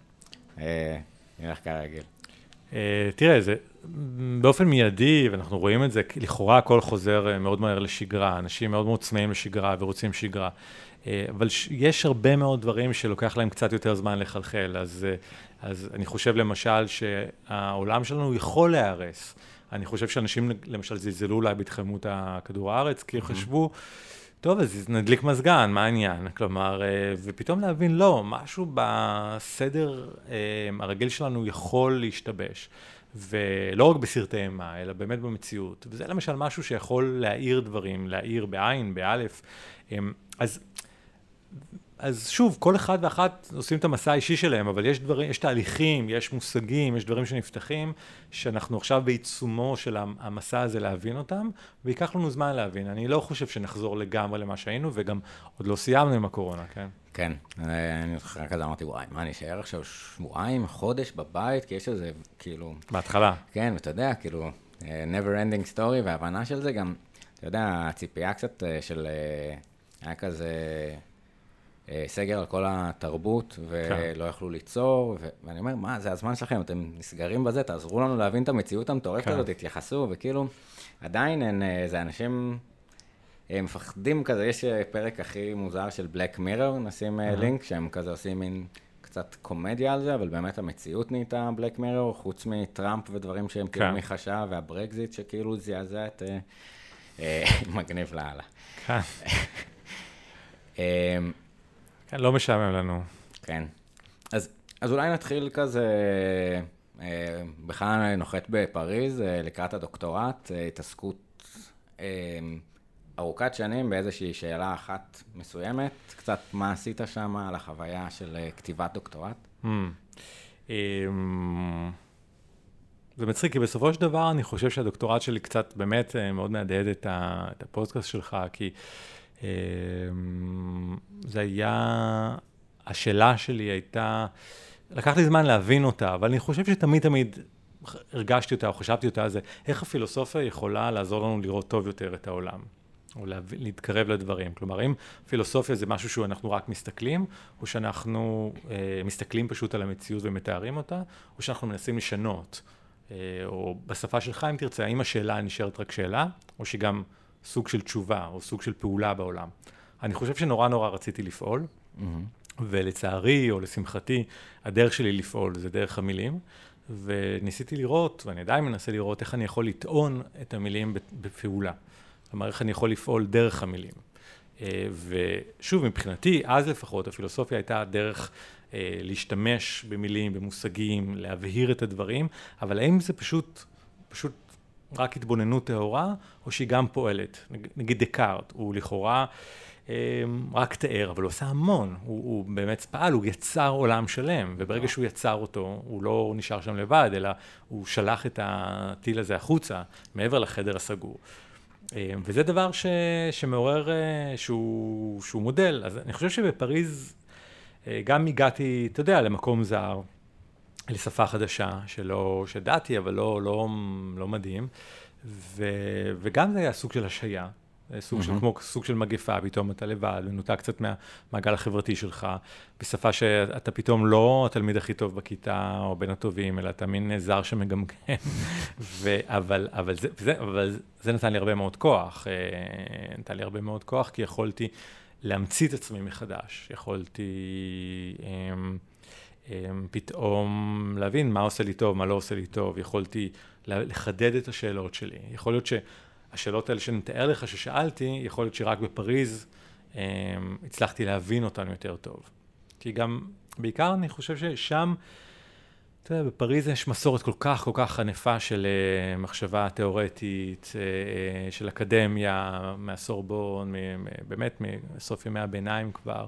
שנלך כרגיל. תראה, זה באופן מיידי, ואנחנו רואים את זה, לכאורה הכל חוזר מאוד מהר לשגרה, אנשים מאוד מאוד צמאים לשגרה ורוצים שגרה, אבל יש הרבה מאוד דברים שלוקח להם קצת יותר זמן לחלחל, אז אני חושב למשל שהעולם שלנו יכול להיהרס. אני חושב שאנשים למשל זלזלו אולי בהתחממות הכדור הארץ, כי חשבו, טוב, אז נדליק מזגן, מה העניין? כלומר, ופתאום להבין, לא, משהו בסדר הרגיל שלנו יכול להשתבש, ולא רק בסרטי אימה, אלא באמת במציאות. וזה למשל משהו שיכול להאיר דברים, להאיר בעין, באלף. אז שוב, כל אחד ואחת עושים את המסע האישי שלהם, אבל יש דברים, יש תהליכים, יש מושגים, יש דברים שנפתחים, שאנחנו עכשיו בעיצומו של המסע הזה להבין אותם, ויקח לנו זמן להבין. אני לא חושב שנחזור לגמרי למה שהיינו, וגם עוד לא סיימנו עם הקורונה, כן? כן, אני רק אז אמרתי, וואי, מה, אני אשאר עכשיו שבועיים, חודש בבית, כי יש איזה, כאילו... בהתחלה. כן, ואתה יודע, כאילו, never ending story, וההבנה של זה גם, אתה יודע, הציפייה קצת של... היה כזה... סגר על כל התרבות, ולא יכלו ליצור, ואני אומר, מה, זה הזמן שלכם, אתם נסגרים בזה, תעזרו לנו להבין את המציאות המטורפת הזאת, תתייחסו, וכאילו, עדיין זה אנשים מפחדים כזה, יש פרק הכי מוזר של בלק מירר, נשים לינק, שהם כזה עושים מין קצת קומדיה על זה, אבל באמת המציאות נהייתה בלק מירר, חוץ מטראמפ ודברים שהם כאילו מחשה, והברקזיט שכאילו זעזע את מגניב להלאה. כן, לא משעמם לנו. כן. אז אולי נתחיל כזה, בכלל נוחת בפריז, לקראת הדוקטורט, התעסקות ארוכת שנים באיזושהי שאלה אחת מסוימת, קצת מה עשית שם על החוויה של כתיבת דוקטורט? זה מצחיק, כי בסופו של דבר אני חושב שהדוקטורט שלי קצת באמת מאוד מהדהד את הפודקאסט שלך, כי זה היה, השאלה שלי הייתה, לקח לי זמן להבין אותה, אבל אני חושב שתמיד הרגשתי אותה או חשבתי אותה, זה איך הפילוסופיה יכולה לעזור לנו לראות טוב יותר את העולם, או להתקרב לדברים. כלומר, אם פילוסופיה זה משהו שאנחנו רק מסתכלים, או שאנחנו מסתכלים פשוט על המציאות ומתארים אותה, או שאנחנו מנסים לשנות, או בשפה שלך, אם תרצה, האם השאלה נשארת רק שאלה, או שגם סוג של תשובה, או סוג של פעולה בעולם. אני חושב שנורא רציתי לפעול, ולצערי, או לשמחתי, הדרך שלי לפעול זה דרך המילים, וניסיתי לראות, ואני עדיין מנסה לראות איך אני יכול לטעון את המילים בפעולה. כלומר, איך אני יכול לפעול דרך המילים. ושוב, מבחינתי, אז לפחות, הפילוסופיה הייתה דרך להשתמש במילים, במושגים, להבהיר את הדברים, אבל האם זה פשוט רק התבוננות טהורה, או שהיא גם פועלת? נגיד דקארט, הוא לכאורה רק תיאר, אבל הוא עשה המון, הוא באמת פעל, הוא יצר עולם שלם, וברגע שהוא יצר אותו, הוא לא נשאר שם לבד, אלא הוא שלח את הטיל הזה החוצה, מעבר לחדר הסגור. וזה דבר שמעורר, שהוא מודל. אז אני חושב שבפריז גם הגעתי, אתה יודע, למקום זר, לשפה חדשה, שדעתי, אבל לא מדהים, וגם זה היה סוג של השעיה, כמו סוג של מגפה, פתאום אתה לבד, ונותק קצת מהמעגל החברתי שלך, בשפה שאתה פתאום לא התלמיד הכי טוב בכיתה, או בין הטובים, אלא אתה מין זר שמגמגם, אבל זה נתן לי הרבה מאוד כוח, כי יכולתי להמציא את עצמי מחדש, יכולתי פתאום להבין מה עושה לי טוב, מה לא עושה לי טוב, יכולתי לחדד את השאלות שלי, יכול להיות השאלות האלה שאני מתאר לך ששאלתי, יכול להיות שרק בפריז הצלחתי להבין אותנו יותר טוב. כי גם, בעיקר אני חושב ששם, אתה יודע, בפריז יש מסורת כל כך ענפה של מחשבה תיאורטית, של אקדמיה, מהסורבון, באמת מסוף ימי הביניים כבר.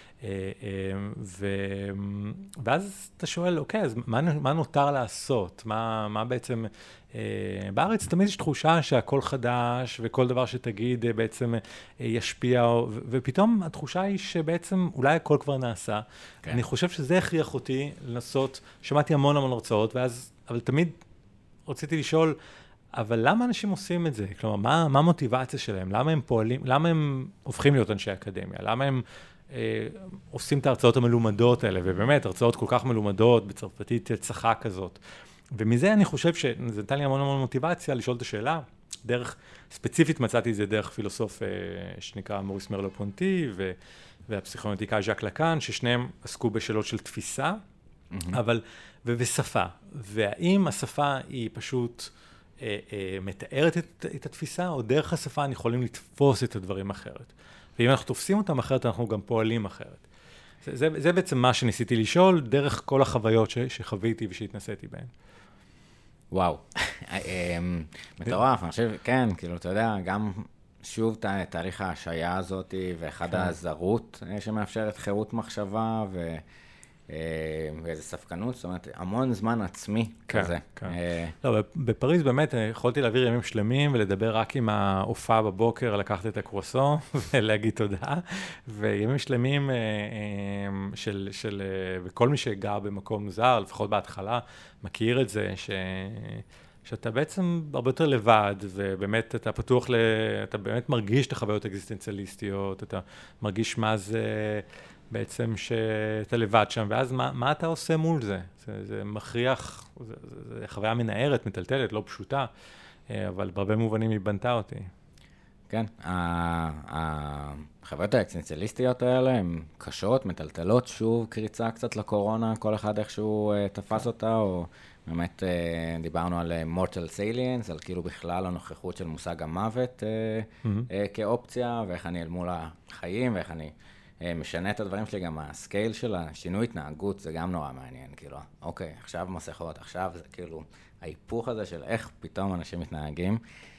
ואז אתה שואל, אוקיי, אז מה נותר לעשות? מה בעצם, בארץ תמיד יש תחושה שהכל חדש, וכל דבר שתגיד בעצם ישפיע, ופתאום התחושה היא שבעצם אולי הכל כבר נעשה. כן. אני חושב שזה הכריח אותי לנסות, שמעתי המון הרצאות, אבל תמיד רציתי לשאול, אבל למה אנשים עושים את זה? כלומר, מה המוטיבציה שלהם? למה הם פועלים? למה הם הופכים להיות אנשי אקדמיה? למה הם עושים את ההרצאות המלומדות האלה, ובאמת, הרצאות כל כך מלומדות, בצרפתית צחה כזאת. ומזה אני חושב שזה נתן לי המון מוטיבציה לשאול את השאלה. דרך, ספציפית מצאתי את זה דרך פילוסוף שנקרא מוריס מרלו פונטי, והפסיכואנליטיקאי ז'אק לקאן, ששניהם עסקו בשאלות של תפיסה, ובשפה. והאם השפה היא פשוט מתארת את התפיסה, או דרך השפה אנחנו יכולים לתפוס את הדברים אחרת. ואם אנחנו תופסים אותם אחרת, אנחנו גם פועלים אחרת. זה בעצם מה שניסיתי לשאול, דרך כל החוויות שחוויתי ושהתנסיתי בהן. וואו, מטורף, אני חושב, כן, כאילו, אתה יודע, גם שוב תהליך ההשעיה הזאת, ואחד הזרות שמאפשרת חירות מחשבה, ואיזו ספקנות, זאת אומרת, המון זמן עצמי כזה. לא, בפריז באמת יכולתי להעביר ימים שלמים ולדבר רק עם ההופעה בבוקר, לקחת את הקרואסון ולהגיד תודה, וימים שלמים וכל מי שגר במקום זר, לפחות בהתחלה, מכיר את זה, שאתה בעצם הרבה יותר לבד, ובאמת אתה פתוח, אתה באמת מרגיש את החוויות האקזיסטנציאליסטיות, אתה מרגיש מה זה בעצם שאתה לבד שם, ואז מה אתה עושה מול זה? זה מכריח, זה חוויה מנערת, מטלטלת, לא פשוטה, אבל בהרבה מובנים היא בנתה אותי. כן, החוויות האקזיסטנציאליסטיות האלה הן קשות, מטלטלות, שוב קריצה קצת לקורונה, כל אחד איכשהו תפס אותה, או באמת דיברנו על mortal salience, על כאילו בכלל הנוכחות של מושג המוות כאופציה, ואיך אני אל מול החיים, ואיך אני משנה את הדברים שלי, גם הסקייל של השינוי התנהגות, זה גם נורא מעניין, כאילו, אוקיי, עכשיו מסכות, עכשיו זה כאילו ההיפוך הזה של איך פתאום אנשים מתנהגים.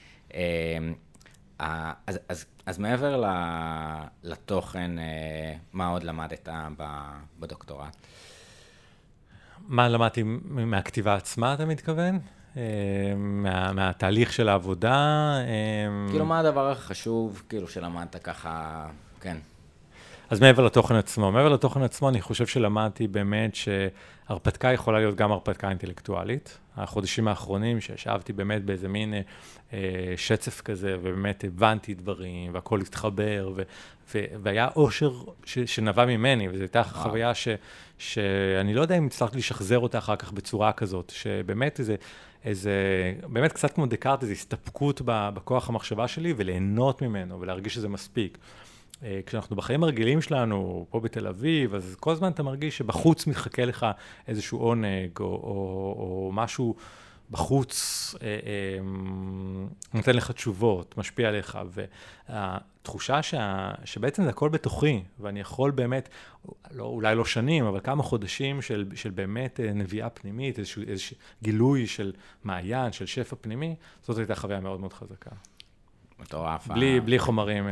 אז מעבר לתוכן, מה עוד למדת בדוקטורט? מה למדתי מהכתיבה עצמה, אתה מתכוון? מהתהליך של העבודה? כאילו, מה הדבר החשוב, כאילו, שלמדת ככה, כן. אז מעבר לתוכן עצמו, אני חושב שלמדתי באמת שהרפתקה יכולה להיות גם הרפתקה אינטלקטואלית. החודשים האחרונים שישבתי באמת באיזה מין שצף כזה, ובאמת הבנתי דברים, והכל התחבר, והיה אושר שנבע ממני, וזו הייתה חוויה שאני לא יודע אם הצלחתי לשחזר אותה אחר כך בצורה כזאת, שבאמת באמת קצת כמו דקארט, איזו הסתפקות בכוח המחשבה שלי, וליהנות ממנו, ולהרגיש שזה מספיק. כשאנחנו בחיים הרגילים שלנו, פה בתל אביב, אז כל הזמן אתה מרגיש שבחוץ מתחכה לך איזשהו עונג, או משהו בחוץ נותן לך תשובות, משפיע עליך, והתחושה שבעצם זה הכל בתוכי, ואני יכול באמת, אולי לא שנים, אבל כמה חודשים של באמת נביאה פנימית, איזשהו גילוי של מעיין, של שפע פנימי, זאת הייתה חוויה מאוד מאוד חזקה. מטורף. בלי חומרים.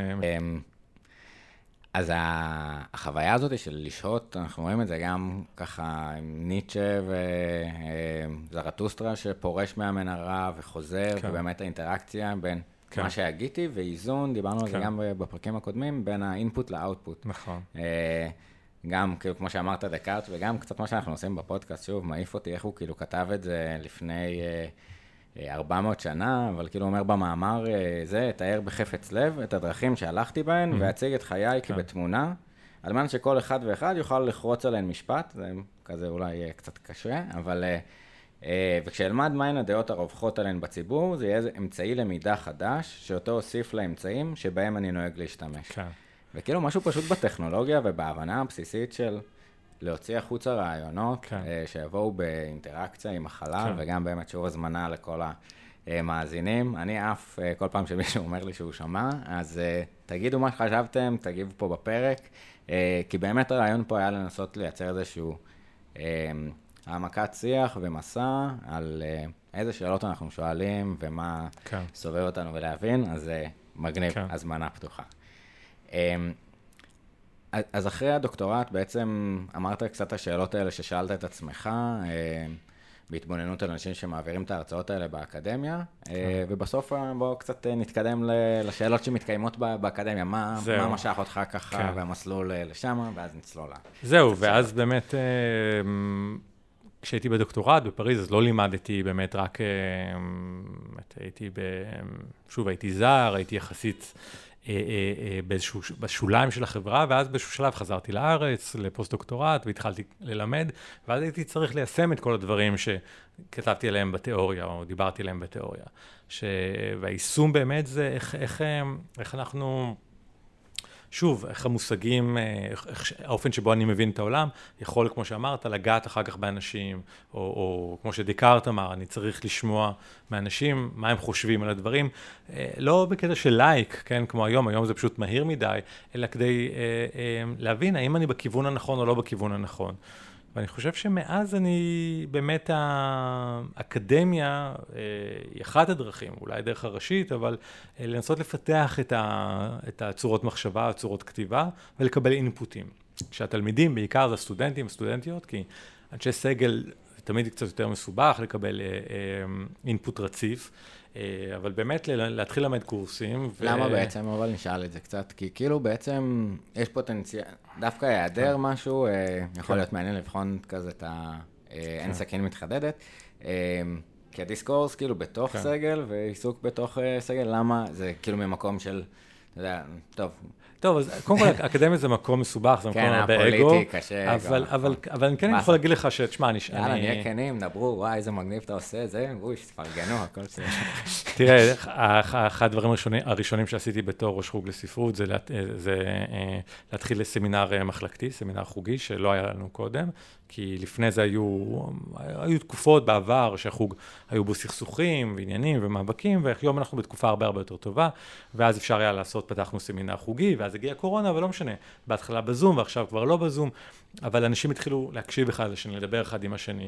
אז החוויה הזאת של לשהות, אנחנו רואים את זה גם ככה עם ניטשה וזרטוסטרה שפורש מהמנהרה וחוזר, ובאמת האינטראקציה בין מה שהגיתי ואיזון, דיברנו על זה גם בפרקים הקודמים, בין האינפוט לאוטפוט. נכון. גם כאילו כמו שאמרת דקארט, וגם קצת מה שאנחנו עושים בפודקאסט, שוב, מעיף אותי איך הוא כאילו כתב את זה לפני 400 שנה, אבל כאילו אומר במאמר זה, תאר בחפץ לב את הדרכים שהלכתי בהן, והציג את חיי כבתמונה, על מנת שכל אחד ואחד יוכל לחרוץ עליהן משפט, זה כזה אולי קצת קשה, אבל וכשאלמד מהן הדעות הרווחות עליהן בציבור, זה יהיה איזה אמצעי למידה חדש, שאותו הוסיף לאמצעים שבהם אני נוהג להשתמש. כן. וכאילו משהו פשוט בטכנולוגיה ובהבנה הבסיסית של להוציא החוצה רעיונות, שיבואו באינטראקציה עם החלל, וגם באמת שוב הזמנה לכל המאזינים. אני אף, כל פעם שמישהו אומר לי שהוא שמע, אז תגידו מה שחשבתם, תגיבו פה בפרק, כי באמת הרעיון פה היה לנסות לייצר איזשהו העמקת שיח ומסע על איזה שאלות אנחנו שואלים, ומה סובב אותנו ולהבין, אז מגניב, הזמנה פתוחה. אז אחרי הדוקטורט בעצם אמרת קצת השאלות האלה ששאלת את עצמך, בהתבוננות על אנשים שמעבירים את ההרצאות האלה באקדמיה, ובסוף בואו קצת נתקדם לשאלות שמתקיימות באקדמיה, מה משך אותך ככה והמסלול לשם, ואז נצלול. זהו, ואז באמת, כשהייתי בדוקטורט בפריז, אז לא לימדתי באמת רק, שוב הייתי זר, הייתי יחסית בשוליים של החברה, ואז באיזשהו שלב חזרתי לארץ, לפוסט-דוקטורט, והתחלתי ללמד, ואז הייתי צריך ליישם את כל הדברים שכתבתי עליהם בתיאוריה, או דיברתי עליהם בתיאוריה. והיישום באמת זה איך אנחנו, שוב, איך המושגים, האופן שבו אני מבין את העולם, יכול, כמו שאמרת, לגעת אחר כך באנשים, או כמו שדקארט אמר, אני צריך לשמוע מאנשים מה הם חושבים על הדברים, לא בקטע של לייק, כן, כמו היום זה פשוט מהיר מדי, אלא כדי להבין האם אני בכיוון הנכון או לא בכיוון הנכון. ואני חושב שמאז באמת האקדמיה היא אחת הדרכים, אולי דרך הראשית, אבל לנסות לפתח את הצורות מחשבה, צורות כתיבה, ולקבל אינפוטים. כשהתלמידים, בעיקר זה הסטודנטים, הסטודנטיות, כי אנשי סגל זה תמיד קצת יותר מסובך לקבל אינפוט רציף, אבל באמת להתחיל למד קורסים. למה בעצם? אבל נשאל את זה קצת, כי כאילו בעצם יש פוטנציאל, דווקא היעדר משהו, יכול להיות מעניין לבחון כזה את אין סכין מתחדדת, כי הדיסקורס כאילו בתוך סגל ועיסוק בתוך סגל, למה זה כאילו ממקום של, אתה יודע, טוב, אז קודם כל, האקדמיה זה מקום מסובך, זה מקום באגו. כן, הפוליטי, קשה. אבל אני כן יכול להגיד לך שתשמע, יאללה, נהיה כנים, דברו, וואי, איזה מגניב אתה עושה, זה, תפרגנו, הכל זה. תראה, אחד הדברים הראשונים שעשיתי בתור ראש חוג לספרות, זה להתחיל לסמינר מחלקתי, סמינר חוגי, שלא היה לנו קודם, כי לפני זה היו תקופות בעבר שהחוג היו בו סכסוכים ועניינים ומאבקים, והיום אנחנו בתקופה הרבה יותר טובה, ואז אפשר היה פתחנו סמינר חוגי, ואז הגיעה קורונה, אבל לא משנה, בהתחלה בזום ועכשיו כבר לא בזום, אבל אנשים התחילו להקשיב אחד לשני, לדבר אחד עם השני.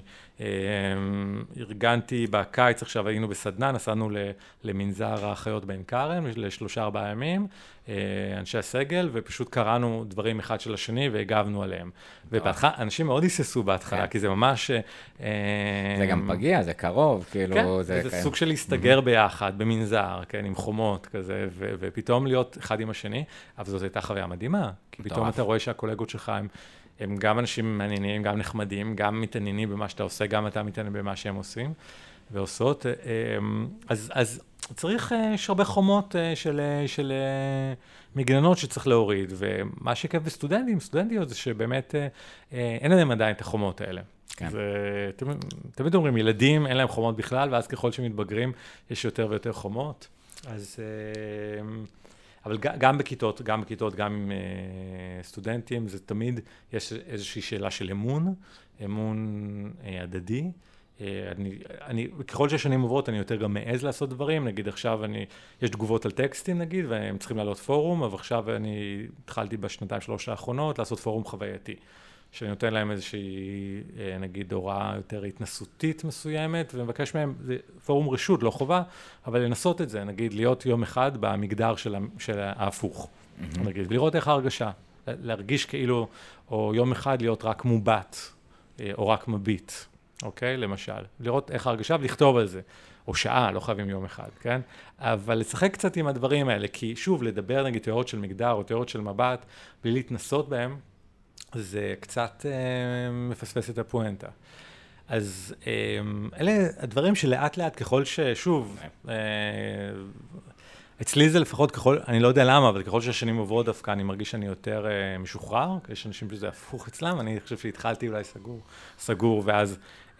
ארגנתי בקיץ, עכשיו היינו בסדנה, נסענו למנזר האחיות בעין כרם, ל3-4 ימים, אנשי הסגל, ופשוט קראנו דברים אחד של השני והגבנו עליהם. ובהתחלה, אנשים מאוד היססו בהתחלה, כי זה ממש... זה גם פגיע, זה קרוב, כאילו... כן, זה סוג של להסתגר ביחד, במנזר, כן, עם חומות כזה, ופתאום להיות אחד עם השני, אבל זאת הייתה חוויה מדהימה, כי פתאום אתה רואה שהקולגות שלך הם גם אנשים מעניינים, גם נחמדים, גם מתעניינים במה שאתה עושה, גם אתה מתעניין במה שהם עושים ועושות. אז צריך, יש הרבה חומות של מגננות שצריך להוריד, ומה שכיף בסטודנטים, סטודנטיות, זה שבאמת אין להם עדיין את החומות האלה. כן. תמיד אומרים, ילדים אין להם חומות בכלל, ואז ככל שמתבגרים יש יותר ויותר חומות. אבל גם בכיתות, גם עם סטודנטים, זה תמיד, יש איזושהי שאלה של אמון הדדי. ככל שהשנים עוברות, אני יותר גם מעז לעשות דברים, נגיד עכשיו יש תגובות על טקסטים נגיד, והם צריכים לעלות פורום, אבל עכשיו אני התחלתי בשנתיים-שלוש האחרונות לעשות פורום חווייתי, שאני נותן להם איזושהי, נגיד, הוראה יותר התנסותית מסוימת, ומבקש מהם, זה פורום רשות, לא חובה, אבל לנסות את זה, נגיד, להיות יום אחד במגדר של ההפוך, נגיד, לראות איך ההרגשה, להרגיש כאילו, או יום אחד להיות רק מובט, או רק מביט, אוקיי? למשל, לראות איך ההרגשה ולכתוב על זה, או שעה, לא חייבים יום אחד, כן? אבל לשחק קצת עם הדברים האלה, כי שוב, לדבר נגיד תיאוריות של מגדר או תיאוריות של מבט, בלי להתנסות בהם, זה קצת מפספס את הפואנטה. אז אלה הדברים שלאט לאט ככל ששוב, אצלי זה לפחות ככל, אני לא יודע למה, אבל ככל שהשנים עוברות דווקא, אני מרגיש שאני יותר משוחרר, כי יש אנשים שזה הפוך אצלם, אני חושב שהתחלתי אולי סגור, ואז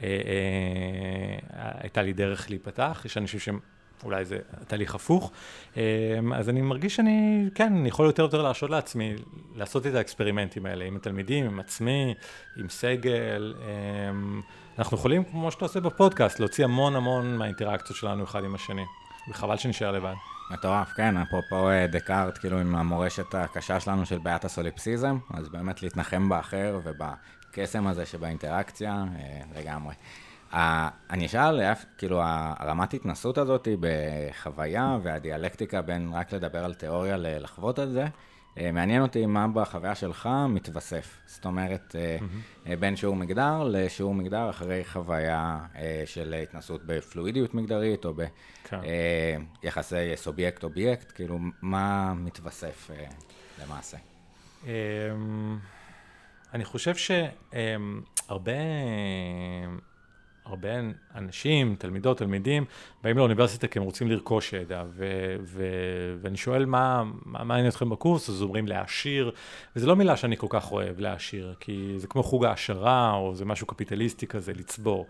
הייתה לי דרך להיפתח, יש אנשים שאולי זה תהליך הפוך, אז אני מרגיש שאני, כן, אני יכול יותר להרשות לעצמי, לעשות את האקספרימנטים האלה, עם התלמידים, עם עצמי, עם סגל, אנחנו יכולים, כמו שאתה עושה בפודקאסט, להוציא המון מהאינטראקציות שלנו אחד עם השני, וחבל שנשאר לבד. מטורף, כן, אפרופו דקארט, כאילו עם המורשת הקשה שלנו של בעיית הסוליפסיזם, אז באמת להתנחם באחר ובקסם הזה שבאינטראקציה, לגמרי. אני אשאל, כאילו, הרמת התנסות הזאת בחוויה והדיאלקטיקה בין רק לדבר על תיאוריה לחוות על זה, מעניין אותי מה בחוויה שלך מתווסף. זאת אומרת, בין שיעור מגדר לשיעור מגדר אחרי חוויה של התנסות בפלואידיות מגדרית, או ביחסי סובייקט-אובייקט, כאילו, מה מתווסף למעשה? אני חושב הרבה אנשים, תלמידות, תלמידים, באים לאוניברסיטה כי הם רוצים לרכוש ידע, ואני שואל מה מעניין אתכם בקורס, אז אומרים להעשיר, וזה לא מילה שאני כל כך אוהב, להעשיר, כי זה כמו חוג העשרה, או זה משהו קפיטליסטי כזה, לצבור.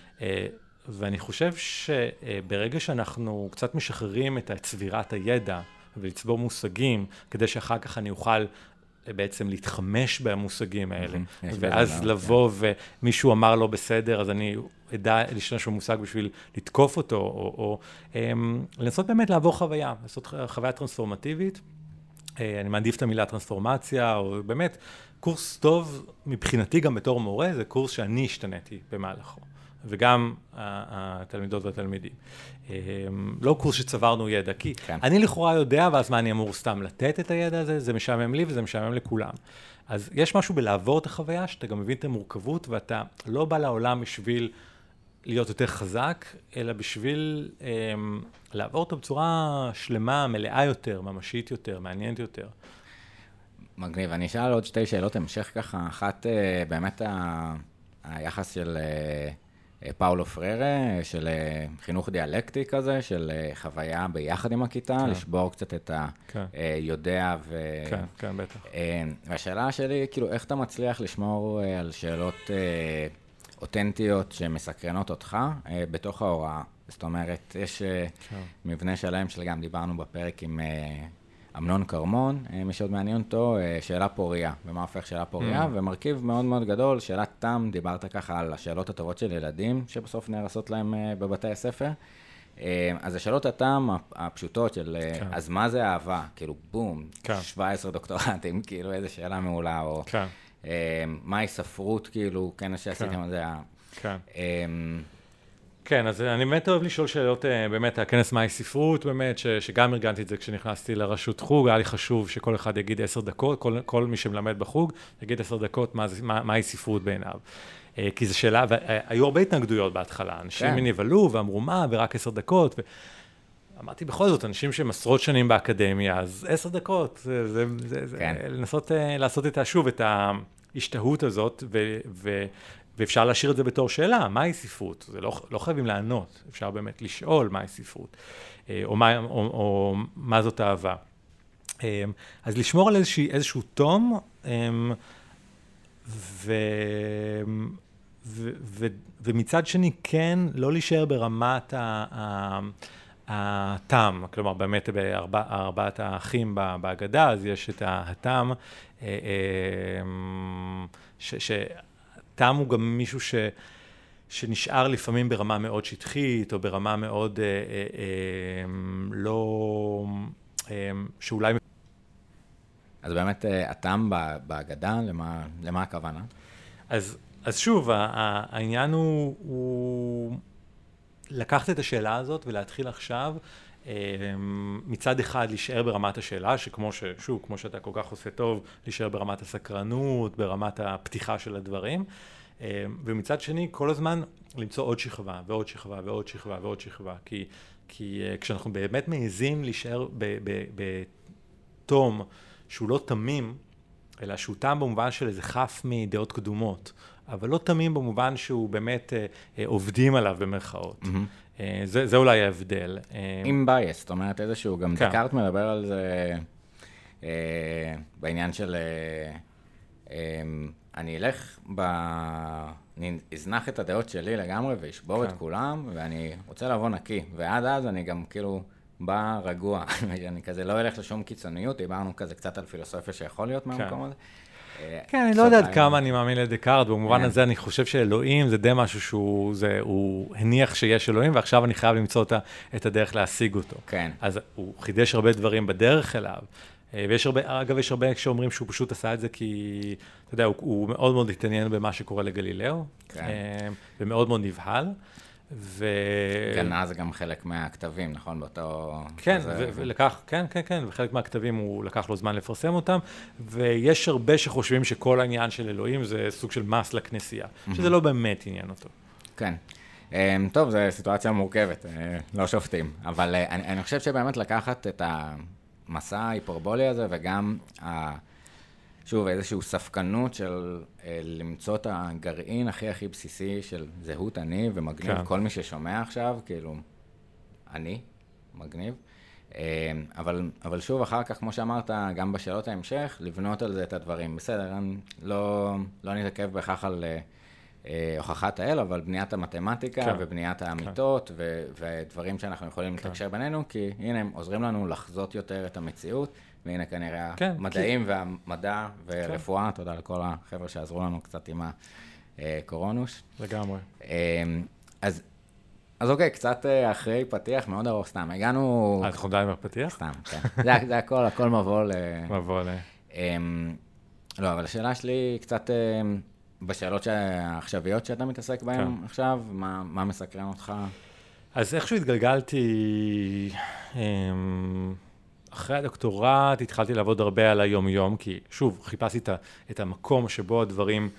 ואני חושב שברגע שאנחנו קצת משחררים את צבירת הידע, ולצבור מושגים, כדי שאחר כך אני אוכל בעצם להתחמש במושגים האלה, ואז לבוא ומישהו אמר לו בסדר, אז אני אדע להשתמש במושג בשביל לתקוף אותו, או לנסות באמת לעבור חוויה, לעשות חוויה טרנספורמטיבית. אני מעדיף את המילה טרנספורמציה, או באמת קורס טוב מבחינתי גם בתור מורה, זה קורס שאני השתניתי במהלכו, וגם התלמידות והתלמידים. לא קורס שצברנו ידע, כי אני לכאורה יודע, ואז מה אני אמור סתם לתת את הידע הזה, זה משעמם לי וזה משעמם לכולם. אז יש משהו בלעבור את החוויה, שאתה גם מבין את המורכבות, ואתה לא בא לעולם בשביל להיות יותר חזק, אלא בשביל לעבור אותו בצורה שלמה, מלאה יותר, ממשית יותר, מעניינת יותר. מגניב, אני אשאל עוד שתי שאלות המשך ככה. אחת, באמת היחס של פאולו פררה, של חינוך דיאלקטי כזה, של חוויה ביחד עם הכיתה, לשבור קצת את היודע כן, בטח. והשאלה שלי, כאילו, איך אתה מצליח לשמור על שאלות אותנטיות שמסקרנות אותך בתוך ההוראה? זאת אומרת, יש מבנה שלם שגם דיברנו בפרק עם אמנון קרמון, מי שעוד מעניין אותו, שאלה פוריה, ומה הופך שאלה פוריה, ומרכיב מאוד מאוד גדול, שאלת תם, דיברת ככה על השאלות הטובות של ילדים, שבסוף נהרסות להם בבתי הספר. אז השאלות התם הפשוטות של, אז מה זה אהבה? כאילו, בום, 17 דוקטורטים, כאילו, איזה שאלה מעולה, או מהי ספרות, כאילו, כן, שעשיתם על זה. כן, אז אני באמת אוהב לשאול שאלות, באמת, הכנס מהי ספרות, באמת, שגם ארגנתי את זה כשנכנסתי לרשות חוג, היה לי חשוב שכל אחד יגיד 10 דקות, כל מי שמלמד בחוג, יגיד 10 דקות מהי ספרות בעיניו. כי זו שאלה, והיו הרבה התנגדויות בהתחלה, אנשים נבהלו ואמרו מה, ורק 10 דקות, אמרתי בכל זאת, אנשים שהם עשרות שנים באקדמיה, אז 10 דקות, זה לנסות לעשות שוב את ההשתהות הזאת, ואפשר להשאיר את זה בתור שאלה, מהי ספרות? זה לא חייבים לענות, אפשר באמת לשאול מהי ספרות, או מה זאת אהבה. אז לשמור על איזשהו תום, ומצד שני כן, לא להישאר ברמת התם, כלומר באמת בארבעת האחים בהגדה, אז יש את התם, שתם הוא גם מישהו שנשאר לפעמים ברמה מאוד שטחית, או ברמה מאוד לא, שאולי... אז באמת התם בהגדה, למה הכוונה? אז שוב, העניין הוא לקחת את השאלה הזאת ולהתחיל עכשיו, מצד אחד להישאר ברמת השאלה, שכמו שאתה כל כך עושה טוב, להישאר ברמת הסקרנות, ברמת הפתיחה של הדברים, ומצד שני, כל הזמן למצוא עוד שכבה, ועוד שכבה, ועוד שכבה, ועוד שכבה, כי כשאנחנו באמת מעזים להישאר בתום שהוא לא תמים, אלא שהוא תם במובן של איזה חף מדעות קדומות, אבל לא תמים במובן שהוא באמת עובדים עליו במרכאות. זה אולי ההבדל. עם בייס, זאת אומרת איזשהו, גם דקארט מדבר על זה בעניין של אני אזנח את הדעות שלי לגמרי וישבור את כולם, ואני רוצה לבוא נקי, ועד אז אני גם כאילו בא רגוע, אני כזה לא אלך לשום קיצוניות, דיברנו כזה קצת על פילוסופיה שיכול להיות מהמקום הזה. כן, אני לא יודעת כמה אני מאמין לדקארט, במובן הזה אני חושב שאלוהים זה די משהו שהוא הניח שיש אלוהים, ועכשיו אני חייב למצוא את הדרך להשיג אותו. כן. אז הוא חידש הרבה דברים בדרך אליו, ויש הרבה, אגב, יש הרבה שאומרים שהוא פשוט עשה את זה כי, אתה יודע, הוא מאוד מאוד התעניין במה שקורה לגלילאו, ומאוד מאוד נבהל. גנה זה גם חלק מהכתבים, נכון? באותו... כן, וחלק מהכתבים הוא לקח לו זמן לפרסם אותם, ויש הרבה שחושבים שכל העניין של אלוהים זה סוג של מס לכנסייה, שזה לא באמת עניין אותו. כן. טוב, זו סיטואציה מורכבת, לא שופטים, אבל אני חושב שבאמת לקחת את המסע ההיפרבולי הזה, וגם שוב, איזושהי ספקנות של למצוא את הגרעין הכי בסיסי של זהות אני, ומגניב כל מי ששומע עכשיו, כאילו, אני, מגניב. אבל שוב, אחר כך, כמו שאמרת, גם בשאלות ההמשך, לבנות על זה את הדברים. בסדר, לא נתעכב בכך על הוכחת האל, אבל בניית המתמטיקה ובניית האמיתות, ודברים שאנחנו יכולים לתקשר בינינו, כי הנה הם עוזרים לנו לחזות יותר את המציאות, והנה כנראה המדעים והמדע ורפואה, תודה לכל החבר'ה שעזרו לנו קצת עם הקורונוש. לגמרי. אז אוקיי, קצת אחרי פתיח מאוד ארוך, סתם, הגענו... אנחנו די בפתיח? סתם, כן. זה הכל מבוא מבוא לא, אבל השאלה שלי קצת בשאלות העכשוויות שאתה מתעסק בהן עכשיו, מה מסקרן אותך? אז איכשהו התגלגלתי... אחרי הדוקטורט התחלתי לעבוד הרבה על היום-יום, כי שוב, חיפשתי את המקום שבו הדברים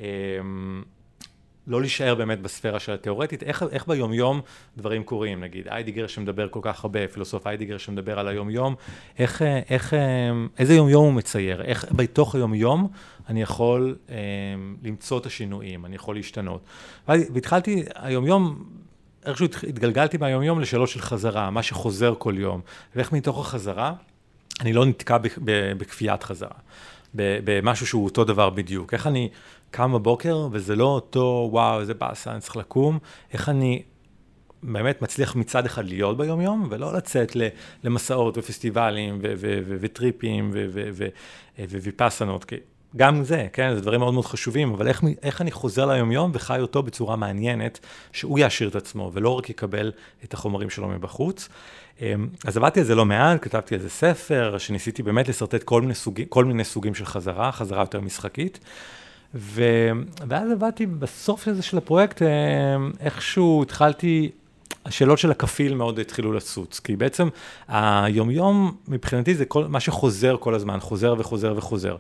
לא להישאר באמת בספירה של התיאורטית, איך ביום-יום דברים קורים, נגיד, איידיגר שמדבר כל כך הרבה, פילוסוף איידיגר שמדבר על היום-יום, איזה יום-יום הוא מצייר, איך בתוך היום-יום אני יכול למצוא את השינויים, אני יכול להשתנות. והתחלתי היום-יום, איכשהו התגלגלתי מהיום-יום לשאלות של חזרה, מה שחוזר כל יום, ואיך מתוך החזרה, אני לא נתקע בכפיית חזרה, במשהו שהוא אותו דבר בדיוק. איך אני קם בבוקר, וזה לא אותו, וואו, איזה באסה, אני צריך לקום, איך אני באמת מצליח מצד אחד להיות ביום-יום, ולא לצאת למסעות ופסטיבלים וטריפים וויפסנות, כי גם זה, כן, זה דברים מאוד מאוד חשובים, אבל איך אני חוזר ליום-יום וחי אותו בצורה מעניינת, שהוא יעשיר את עצמו, ולא רק יקבל את החומרים שלו מבחוץ. אז עבדתי על זה לא מעט, כתבתי על זה ספר, שניסיתי באמת לסרטט כל מיני סוגים של חזרה יותר משחקית, ואז עבדתי בסוף של הפרויקט, איכשהו התחלתי, השאלות של הכפיל מאוד התחילו לצוץ, כי בעצם היום-יום מבחינתי זה מה שחוזר כל הזמן, חוזר וחוזר וחוזר.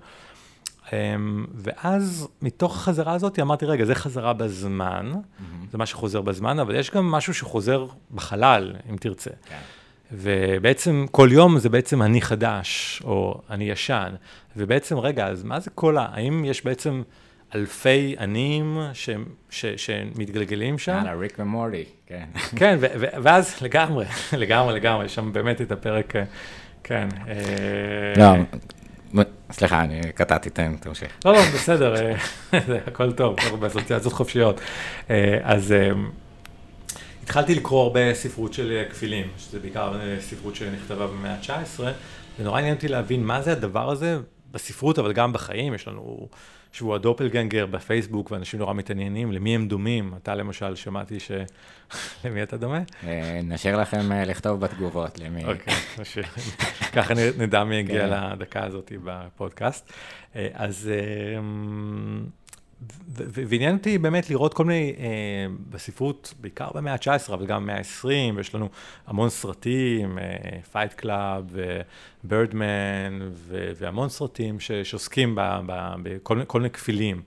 ואז מתוך החזרה הזאת אמרתי, רגע, זה חזרה בזמן, זה מה שחוזר בזמן, אבל יש גם משהו שחוזר בחלל, אם תרצה. ובעצם כל יום זה בעצם אני חדש, או אני ישן. ובעצם, רגע, אז מה זה האם יש בעצם אלפי ענים שמתגלגלים שם? ריק ומורטי, כן. כן, ואז לגמרי, יש שם באמת את הפרק, כן. לא, סליחה, אני קטעתי, תמשיך. לא, בסדר, הכל טוב, באסוציאציות חופשיות. אז התחלתי לקרוא הרבה ספרות של כפילים, שזה בעיקר ספרות שנכתבה במאה ה-19, ונורא עניין אותי להבין מה זה הדבר הזה בספרות, אבל גם בחיים. יש לנו שבוע דופלגנגר בפייסבוק, ואנשים נורא מתעניינים, למי הם דומים. אתה למשל, שמעתי למי אתה דומה? נשאיר לכם לכתוב בתגובות למי. אוקיי, ככה נדע מי הגיע לדקה הזאת בפודקאסט. אז ועניין אותי באמת לראות כל מיני, בספרות, בעיקר במאה ה-19, אבל גם במאה ה-20, ויש לנו המון סרטים, פייט קלאב, ובירדמן, והמון סרטים שעוסקים בכל מיני כפילים.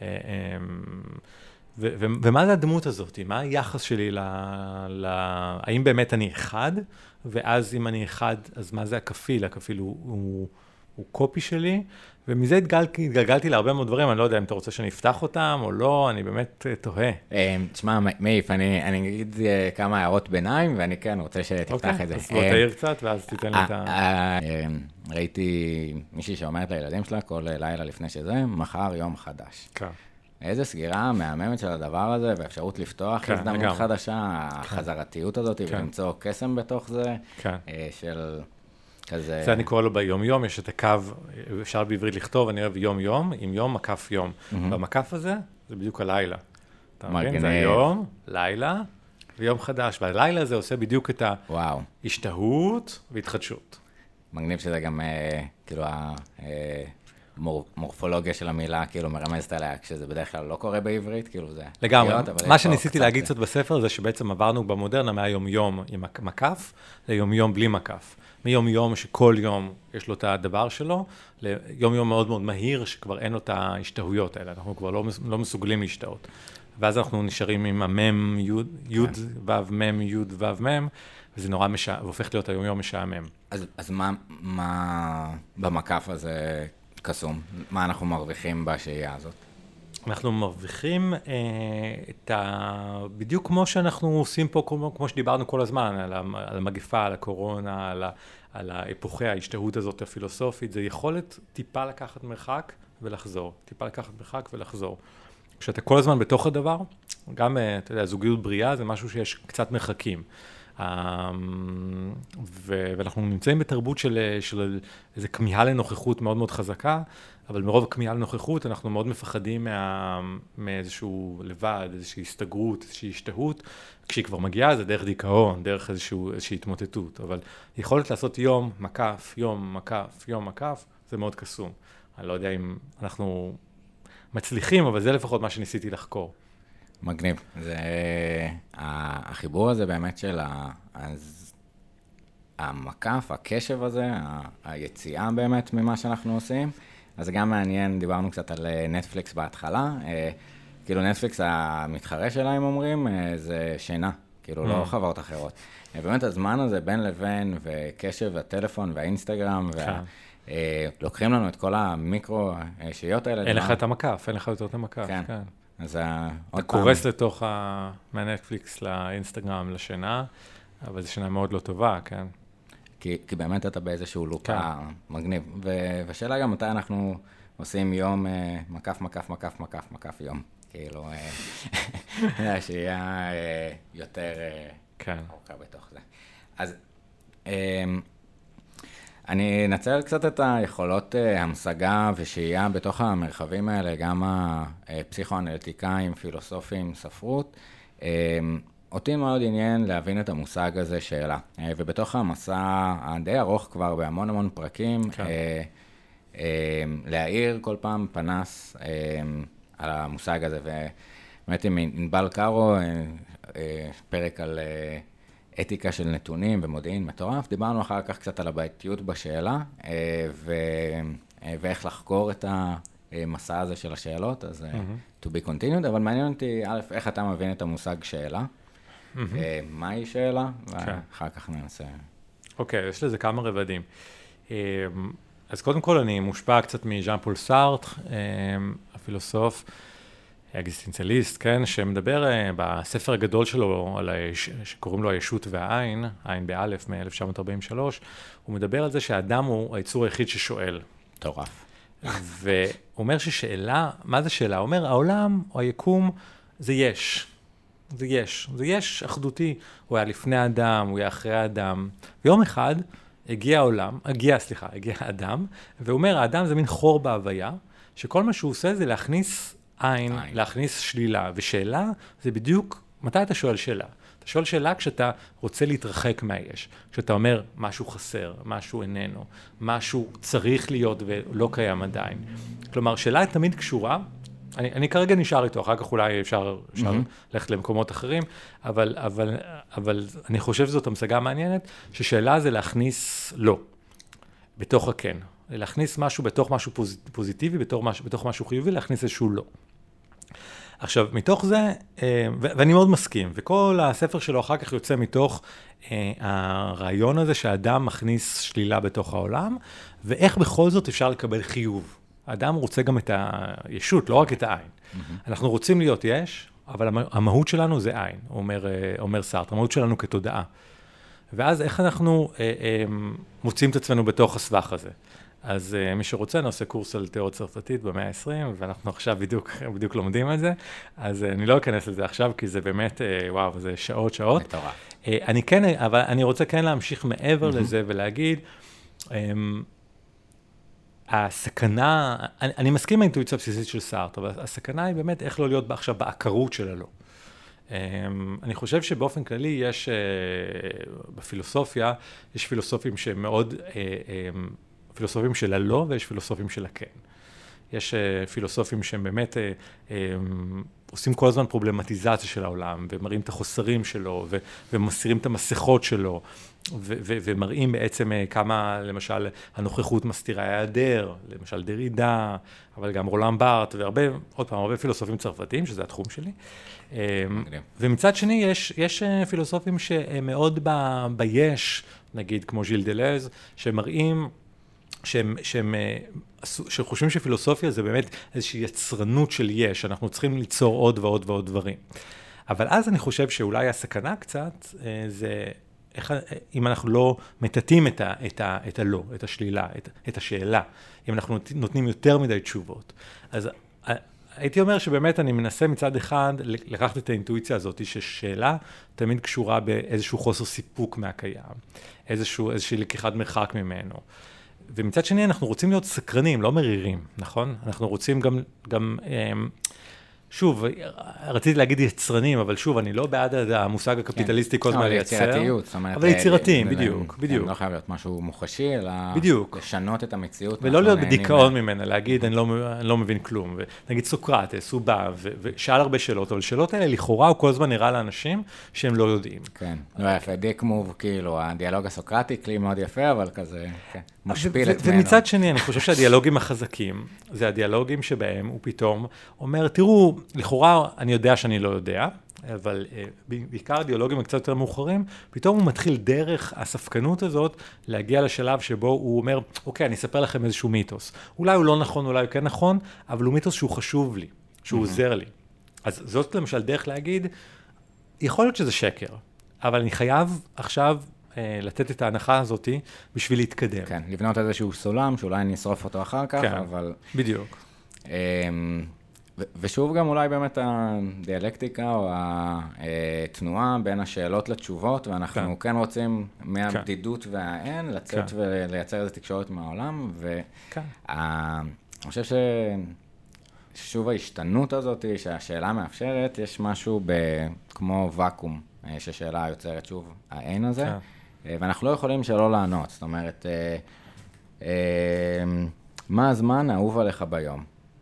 ומה זה הדמות הזאת? מה היחס שלי האם באמת אני אחד, ואז אם אני אחד, אז מה זה הכפיל? הכפיל הוא קופי שלי, ומזה התגלגלתי להרבה מאוד דברים. אני לא יודע אם אתה רוצה שאני אפתח אותם או לא, אני באמת תוהה. תשמע, מעיף, אני אגיד כמה הערות ביניים, ואני כן רוצה שתפתח את זה. אז בוא תעיר קצת, ואז תיתן לי את ה... ראיתי מישהי שאומרת לילדים שלה כל לילה לפני שזה, מחר יום חדש. כן. איזה סגירה מהממת של הדבר הזה, ואפשרות לפתוח הזדמנות חדשה, החזרתיות הזאת, ולמצוא קסם בתוך זה, של... כזה... זה אני קורא לו ביום-יום, יש את הקו, אפשר בעברית לכתוב, אני אוהב יום-יום, עם יום, מקף יום. במקף הזה, זה בדיוק הלילה. אתה מבין? זה יום, לילה, ויום חדש. והלילה הזה עושה בדיוק את ההשתהות והתחדשות. מגניב שזה גם, כאילו, המורפולוגיה של המילה, כאילו, מרמזת עליה, כשזה בדרך כלל לא קורה בעברית, כאילו זה... לגמרי. מה שניסיתי להגיד קצת בספר, זה שבעצם עברנו במודרנה מהיום-יום עם מקף, ליום-יום בלי מקף. מיום-יום שכל יום יש לו את הדבר שלו, ליום-יום מאוד מאוד מהיר, שכבר אין לו את ההשתהויות האלה, אנחנו כבר לא מסוגלים להשתהות. ואז אנחנו נשארים עם המם, יוד, וו, מם, יוד, וו, מם, וזה נורא והופך להיות היום-יום משעמם. אז מה במקף הזה קסום? מה אנחנו מרוויחים בשהייה הזאת? אנחנו מרוויחים בדיוק כמו שאנחנו עושים פה, כמו שדיברנו כל הזמן, על המגפה, על הקורונה, על האפוכי ההשתהות הזאת הפילוסופית, זה יכולת טיפה לקחת מרחק ולחזור, טיפה לקחת מרחק ולחזור. כשאתה כל הזמן בתוך הדבר, גם, אתה יודע, זוגיות בריאה זה משהו שיש קצת מרחקים. ואנחנו נמצאים בתרבות של איזו כמיהה לנוכחות מאוד מאוד חזקה, אבל מרוב כמיהה לנוכחות אנחנו מאוד מפחדים מאיזשהו לבד, איזושהי הסתגרות, איזושהי השתהות. כשהיא כבר מגיעה זה דרך דיכאון, דרך איזושהי התמוטטות, אבל יכולת לעשות יום, מקף, יום, מקף, יום, מקף, זה מאוד קסום. אני לא יודע אם אנחנו מצליחים, אבל זה לפחות מה שניסיתי לחקור. מגניב. זה החיבור הזה באמת של המקף, הקשב הזה, היציאה באמת ממה שאנחנו עושים. אז זה גם מעניין, דיברנו קצת על נטפליקס בהתחלה. כאילו נטפליקס המתחרה שלהם אומרים, זה שינה, כאילו לא חברות אחרות. באמת הזמן הזה בין לבין וקשב והטלפון והאינסטגרם לוקחים לנו את כל המיקרו שהיות האלה. אין לך את המקף, אין לך יותר את המקף. כן. אז אתה קורס לתוך מהנטפליקס לאינסטגרם לשינה, אבל זו שינה מאוד לא טובה, כן? כי באמת אתה באיזשהו לופ מגניב. ושאלה גם מתי אנחנו עושים יום מקף, מקף, מקף, מקף, מקף יום. כאילו, שיהיה יותר ארוכה בתוך זה. אז אני אנצל קצת את היכולות המשגה ושהייה בתוך המרחבים האלה, גם הפסיכואנליטיקאים, פילוסופים, ספרות. אותי מאוד עניין להבין את המושג הזה שאלה. ובתוך המסע הדי ארוך כבר בהמון המון פרקים, להאיר כל פעם פנס על המושג הזה. ובאמת עם ענבל קארו, פרק על אתיקה של נתונים ומודיעין מטורף, דיברנו אחר כך קצת על הבעייתיות בשאלה, ואיך לחקור את המסע הזה של השאלות, אז to be continued, אבל מעניין אותי, א', איך אתה מבין את המושג שאלה, מהי שאלה, ואחר כך ננסה. אוקיי, יש לזה כמה רבדים. אז קודם כל אני מושפע קצת מז'אן פול סארטר, הפילוסוף, אקזיסטנציאליסט, כן, שמדבר בספר הגדול שלו, שקוראים לו הישות והעין, עין באלף מ-1943, הוא מדבר על זה שהאדם הוא היצור היחיד ששואל. מטורף. והוא אומר ששאלה, מה זה שאלה? הוא אומר, העולם או היקום זה יש. זה יש אחדותי, הוא היה לפני האדם, הוא היה אחרי האדם, ויום אחד הגיע האדם, והוא אומר, האדם זה מין חור בהוויה, שכל מה שהוא עושה זה להכניס עין, להכניס שלילה, ושאלה זה בדיוק, מתי אתה שואל שאלה? אתה שואל שאלה כשאתה רוצה להתרחק מהיש, כשאתה אומר משהו חסר, משהו איננו, משהו צריך להיות ולא קיים עדיין. כלומר, שאלה תמיד קשורה, אני כרגע נשאר איתו, אחר כך אולי אפשר ללכת למקומות אחרים, אבל אני חושב שזאת המשגה מעניינת, ששאלה זה להכניס לא, בתוך הכן. להכניס משהו בתוך משהו פוזיטיבי, בתוך משהו חיובי, להכניס איזשהו לא. עכשיו, מתוך זה, ואני מאוד מסכים, וכל הספר שלו אחר כך יוצא מתוך הרעיון הזה שהאדם מכניס שלילה בתוך העולם, ואיך בכל זאת אפשר לקבל חיוב. האדם רוצה גם את הישות, לא רק את העין. אנחנו רוצים להיות יש, אבל המהות שלנו זה עין, אומר סארטר, המהות שלנו כתודעה. ואז איך אנחנו מוצאים את עצמנו בתוך הסבך הזה? אז מי שרוצה, אני עושה קורס על תיאוריה צרפתית במאה ה-20, ואנחנו עכשיו בדיוק לומדים על זה, אז אני לא אכנס לזה עכשיו, כי זה באמת, וואו, זה שעות. אבל אני רוצה כן להמשיך מעבר לזה ולהגיד, הסכנה, אני מסכים עם האינטואיציה הבסיסית של סארטר, אבל הסכנה היא באמת איך לא להיות עכשיו בעקרות של הלא. אני חושב שבאופן כללי יש, בפילוסופיה, יש פילוסופים שמאוד, פילוסופים של הלא ויש פילוסופים של הכן. יש פילוסופים שהם באמת עושים כל הזמן פרובלמטיזציה של העולם, ומראים את החוסרים שלו, ומסירים את המסכות שלו, ומראים בעצם כמה, למשל, הנוכחות מסתירה ההיעדר, למשל דרידה, אבל גם רולן בארט, הרבה פילוסופים צרפתיים, שזה התחום שלי. ומצד שני, יש פילוסופים שמאוד ביש, נגיד כמו ז'יל דלז, שמראים שחושבים שפילוסופיה זה באמת איזושהי יצרנות של יש, אנחנו צריכים ליצור עוד ועוד ועוד דברים. אבל אז אני חושב שאולי הסכנה קצת, זה אם אנחנו לא מטאטים את הלא, את השלילה, את השאלה, אם אנחנו נותנים יותר מדי תשובות. אז הייתי אומר שבאמת אני מנסה מצד אחד לקחת את האינטואיציה הזאת, ששאלה תמיד קשורה באיזשהו חוסר סיפוק מהקיים, איזושהי לקיחת מרחק ממנו. ומצד שני אנחנו רוצים להיות סקרנים, לא מרירים, נכון? אנחנו רוצים גם שוב, רציתי להגיד יצרנים, אבל שוב, אני לא בעד המושג הקפיטליסטי כל הזמן לייצר. יצירתיות, זאת אומרת... אבל יצירתיים, בדיוק. לא חייב להיות משהו מוחשי, אלא... לשנות את המציאות. ולא להיות בדיכאון ממנה, להגיד, אני לא מבין כלום. ונגיד סוקרטס, הוא בא, ושאל הרבה שאלות, אבל שאלות האלה לכאורה, הוא כל הזמן נראה לאנשים שהם לא יודעים. כן, לא יפה, דיק מוב, כאילו, הדיאלוג הסוקרטי, כלי מאוד יפה, אבל כזה, משפיל את ממנו. ומצד שני, אני חושב שהדיאלוגים החזקים, זה הדיאלוגים שבהם הוא פתאום אומר, תראו, לכאורה אני יודע שאני לא יודע, אבל בעיקר הדיאלוגים הקצת יותר מאוחרים, פתאום הוא מתחיל דרך הספקנות הזאת להגיע לשלב שבו הוא אומר, אוקיי, אני אספר לכם איזשהו מיתוס. אולי הוא לא נכון, אולי הוא כן נכון, אבל הוא מיתוס שהוא חשוב לי, שהוא עוזר לי. אז זאת למשל דרך להגיד, יכול להיות שזה שקר, אבל אני חייב עכשיו לתת את ההנחה הזאת בשביל להתקדם. כן, לבנות איזשהו סולם, שאולי נשרוף אותו אחר כך, אבל... בדיוק. ושוב גם אולי באמת הדיאלקטיקה או התנועה בין השאלות לתשובות, ואנחנו כן רוצים מהבדידות והאין, לצאת ולייצר איזו תקשורת מהעולם, ואני חושב ששוב ההשתנות הזאת, שהשאלה מאפשרת, יש משהו כמו ואקום, ששאלה יוצרת שוב האין הזה, ואנחנו לא יכולים שלא לענות, זאת אומרת, מה הזמן האהוב עליך ביום?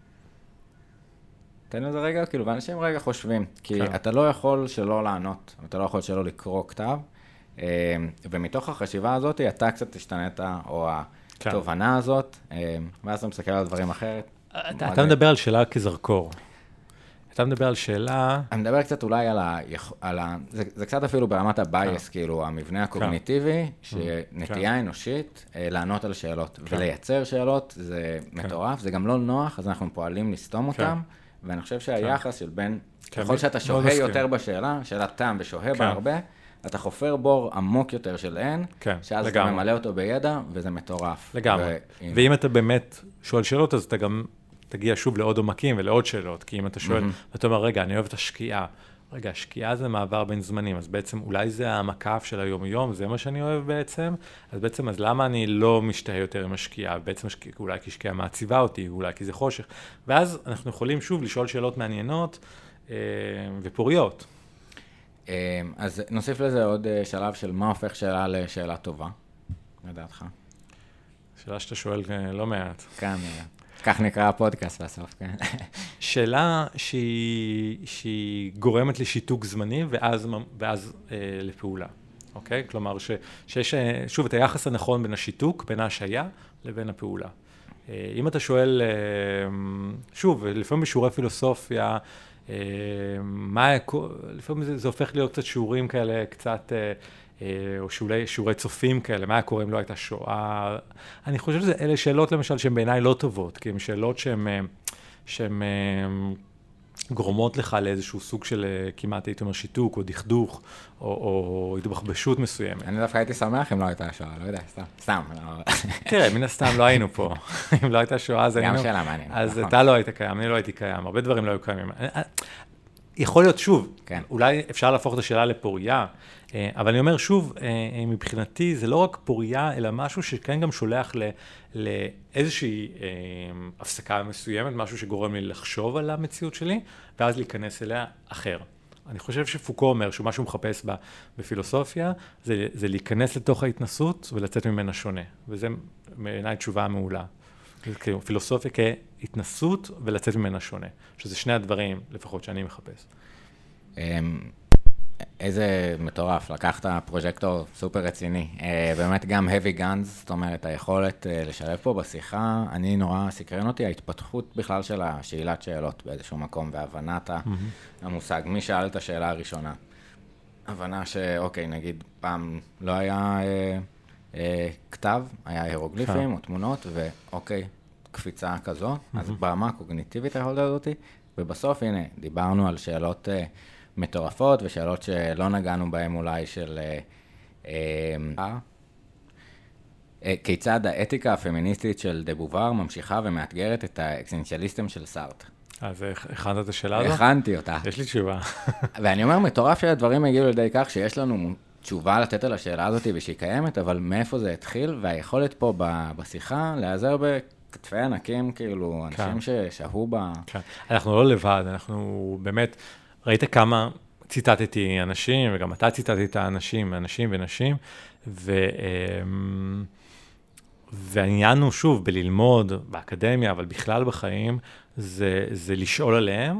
תן לזה רגע, כאילו, ואנשים רגע חושבים, כי אתה לא יכול שלא לענות, אתה לא יכול שלא לקרוא כתב, ומתוך החשיבה הזאת, אתה קצת תשתנית, או התובנה הזאת, ואז אתה מסתכל על דברים אחרת. אתה מדבר על שאלה כזרקור. אתה מדבר על שאלה... אני מדבר קצת אולי על זה קצת אפילו ברמת הבייס, כאילו, המבנה הקוגניטיבי, שנטייה אנושית, לענות על שאלות, ולייצר שאלות, זה מטורף, זה גם לא נוח, אז אנחנו פועלים לסתום אותם, ואני חושב שהיחס של בין, ככל שאתה שוהה יותר בשאלה, שאלת תם ושוהה בה הרבה, אתה חופר בור עמוק יותר של אין, שאז אתה ממלא אותו בידע, וזה מטורף. לגמרי. ואם אתה באמת שואל שאלות, אז אתה גם תגיע שוב לעוד עומקים ולעוד שאלות, כי אם אתה שואל, ואתה אומר, רגע, אני אוהב את השקיעה, רגע, שקיעה זה מעבר בין זמנים, אז בעצם אולי זה המקף של היום-יום, זה מה שאני אוהב בעצם, אז למה אני לא משתהה יותר עם השקיעה? בעצם אולי כי שקיעה מעציבה אותי, אולי כי זה חושך. ואז אנחנו יכולים שוב לשאול שאלות מעניינות ופוריות. אז נוסיף לזה עוד שלב של מה הופך שאלה לשאלה טובה, לדעתך. שאלה שאתה שואל לא מעט. כן, כך נקרא הפודקאסט בסוף, כן. שאלה שהיא גורמת לשיתוק זמני ואז לפעולה, אוקיי? כלומר שיש שוב את היחס הנכון בין השיתוק, בין ההשעיה לבין הפעולה. אם אתה שואל, שוב, לפעמים בשיעורי פילוסופיה, לפעמים זה הופך להיות קצת שיעורים כאלה, קצת, או שיעורי צופים כאלה, מה היה קורה אם לא הייתה שואה? אני חושב שאלה שאלות למשל שהן בעיניי לא טובות, כי הן שאלות שהן גורמות לך לאיזשהו סוג של כמעט הייתי אומר שיתוק או דכדוך או התבחבשות מסוימת. אני דווקא הייתי שמח אם לא הייתה שואה, לא יודע, סתם. תראה, מן הסתם לא היינו פה. אם לא הייתה שואה, אז היינו. גם שאלה מעניינת. אז אתה לא היית קיים, אני לא הייתי קיים, הרבה דברים לא היו קיימים. יכול להיות שוב, אולי אפשר להפוך את השאלה לפוריה, אבל אני אומר שוב, מבחינתי זה לא רק פוריה, אלא משהו שכן גם שולח לאיזושהי הפסקה מסוימת, משהו שגורם לי לחשוב על המציאות שלי, ואז להיכנס אליה אחר. אני חושב שפוקו אומר שמה שהוא מחפש בפילוסופיה, זה להיכנס לתוך ההתנסות ולצאת ממנה שונה, וזה בעיניי תשובה מעולה. פילוסופיה כהתנסות ולצאת ממנה שונה, שזה שני הדברים לפחות שאני מחפש. איזה מטורף, לקחת פרוז'קטור סופר רציני, באמת גם heavy guns, זאת אומרת, היכולת לשלב פה בשיחה, אני נורא סקרן אותי, ההתפתחות בכלל של השאלת שאלות באיזשהו מקום, והבנת המושג, מי שאל את השאלה הראשונה, הבנה שאוקיי, נגיד פעם לא היה כתב, היה הירוגליפים או תמונות, ואוקיי, קפיצה כזו, אז ברמה הקוגניטיבית היכולת אותי, ובסוף הנה, דיברנו על שאלות מטורפות, ושאלות שלא נגענו בהן אולי של כיצד האתיקה הפמיניסטית של דבובר ממשיכה ומאתגרת את האקסטנציאליסטים של סארטר. אז הכנת את השאלה הזו? הכנתי אותה. יש לי תשובה. ואני אומר, מטורף שהדברים הגיעו לידי כך שיש לנו תשובה לתת על השאלה הזאת ושהיא קיימת, אבל מאיפה זה התחיל, והיכולת פה בשיחה להיעזר בכתפי ענקים, כאילו, אנשים ששהו בה. אנחנו לא לבד, אנחנו באמת, ראית כמה ציטטתי אנשים, וגם אתה ציטטת אנשים ונשים, והעניין הוא שוב בללמוד, באקדמיה, אבל בכלל בחיים, זה לשאול עליהם,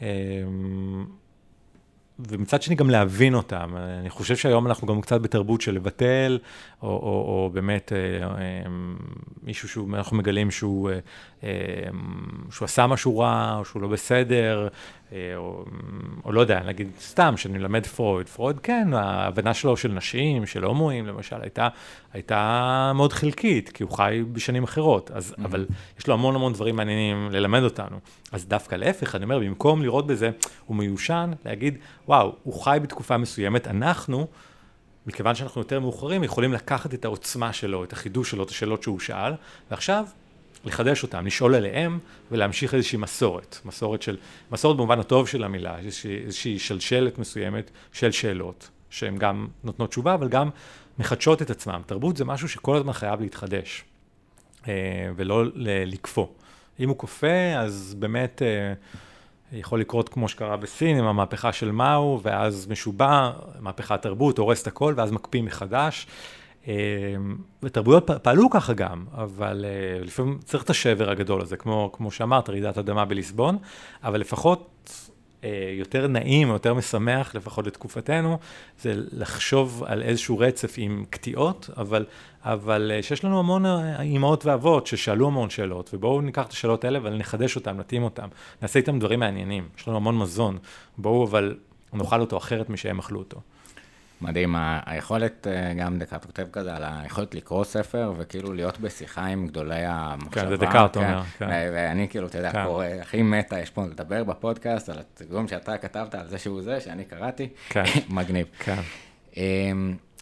ומצד שני גם להבין אותם. אני חושב שהיום אנחנו גם קצת בתרבות של לבטל, או באמת מישהו שאנחנו מגלים שהוא עשה משהו רע, או שהוא לא בסדר, או לא יודע, נגיד סתם, שאני מלמד פרויד. פרויד כן, ההבנה שלו של נשים, של הומואים, למשל, הייתה מאוד חלקית, כי הוא חי בשנים אחרות, אבל יש לו המון דברים מעניינים ללמד אותנו. אז דווקא להפך, אני אומר, במקום לראות בזה, הוא מיושן, להגיד, וואו, הוא חי בתקופה מסוימת, אנחנו, מכיוון שאנחנו יותר מאוחרים, יכולים לקחת את העוצמה שלו, את החידוש שלו, את השאלות שהוא שאל, ועכשיו לחדש אותם, לשאול עליהם ולהמשיך איזושהי מסורת. מסורת במובן הטוב של המילה, איזושהי שלשלת מסוימת של שאלות, שהן גם נותנות תשובה, אבל גם מחדשות את עצמם. תרבות זה משהו שכל הזמן חייב להתחדש, ולא לקפוא. אם הוא קופא, אז באמת יכול לקרות כמו שקרה בסין, עם המהפכה של מאו, ואז משובע, מהפכת תרבות, הורס את הכל, ואז מקפיא מחדש. ותרבויות פעלו ככה גם, אבל לפעמים צריך את השבר הגדול הזה, כמו שאמרת, רעידת אדמה בליסבון, אבל לפחות יותר נעים, יותר משמח, לפחות לתקופתנו, זה לחשוב על איזשהו רצף עם קטיעות, אבל שיש לנו המון אימהות ואבות ששאלו המון שאלות, ובואו ניקח את השאלות האלה ונחדש אותם, נתאים אותם, נעשה איתם דברים מעניינים, יש לנו המון מזון, בואו אבל נאכל אותו אחרת משהם אכלו אותו. מדהים, היכולת, גם דקארט כותב כזה, על היכולת לקרוא ספר וכאילו להיות בשיחה עם גדולי המחשבה. כן, זה דקארט אומר. ואני כאילו, אתה יודע, קורא, הכי מטה, יש פה לדבר בפודקאסט על התרגום שאתה כתבת, על זה שהוא זה, שאני קראתי, מגניב.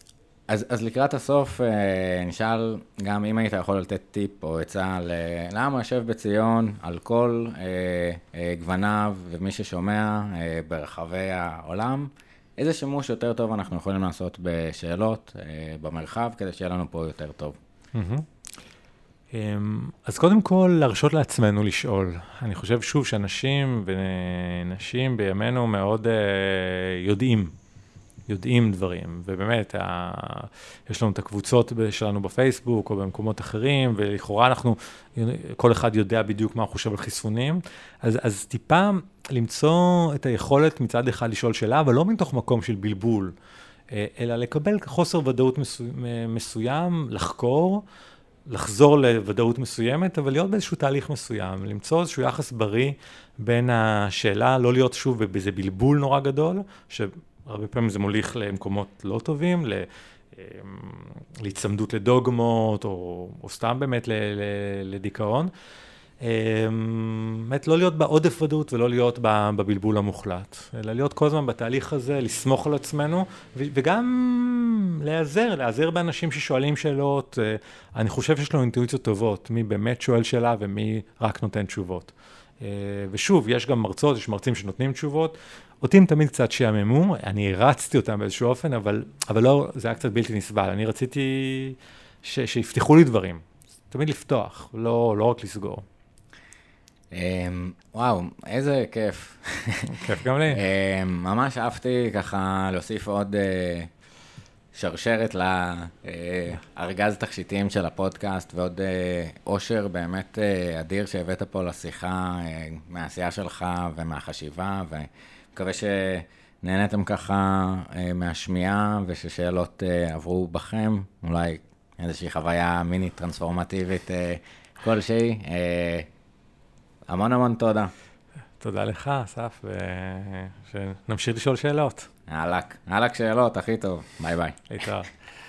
אז לקראת הסוף, נשאל גם אם היית יכול לתת טיפ או עצה לעם היושב בציון, על כל גווניו ומי ששומע ברחבי העולם, איזה שימוש יותר טוב אנחנו יכולים לעשות בשאלות במרחב, כדי שיהיה לנו פה יותר טוב. אז קודם כל, להרשות לעצמנו לשאול. אני חושב שוב שאנשים ונשים בימינו מאוד יודעים דברים, ובאמת, יש לנו את הקבוצות שלנו בפייסבוק או במקומות אחרים, ולכאורה כל אחד יודע בדיוק מה הוא חושב על חיסונים, אז טיפה למצוא את היכולת מצד אחד לשאול שאלה, אבל לא מתוך מקום של בלבול, אלא לקבל חוסר ודאות מסוים, לחקור, לחזור לוודאות מסוימת, אבל להיות באיזשהו תהליך מסוים, למצוא איזשהו יחס בריא בין השאלה, לא להיות שוב באיזה בלבול נורא גדול, שהרבה פעמים זה מוליך למקומות לא טובים, להצמדות לדוגמות, או סתם באמת לדיכאון. באמת לא להיות בעודף ודאות ולא להיות בבלבול המוחלט, אלא להיות כל הזמן בתהליך הזה, לסמוך על עצמנו, וגם להיעזר באנשים ששואלים שאלות. אני חושב שיש לנו אינטואיציות טובות, מי באמת שואל שאלה ומי רק נותן תשובות. ושוב, יש גם מרצות, יש מרצים שנותנים תשובות, אותי הם תמיד קצת שיאממו, אני הרצתי אותם באיזשהו אופן, אבל לא, זה היה קצת בלתי נסבל, אני רציתי שיפתחו לי דברים, תמיד לפתוח, לא רק לסגור. וואו, איזה כיף. כיף גם לי. ממש אהבתי ככה להוסיף עוד שרשרת לארגז תכשיטים של הפודקאסט, ועוד אושר באמת אדיר שהבאת פה לשיחה מהעשייה שלך ומהחשיבה, ומקווה שנהנתם ככה מהשמיעה, וששאלות עברו בכם, אולי איזושהי חוויה מיני טרנספורמטיבית כלשהי. המון תודה. תודה לך, אסף, ושנמשיך לשאול שאלות. הלק שאלות, הכי טוב. ביי ביי. להתראות.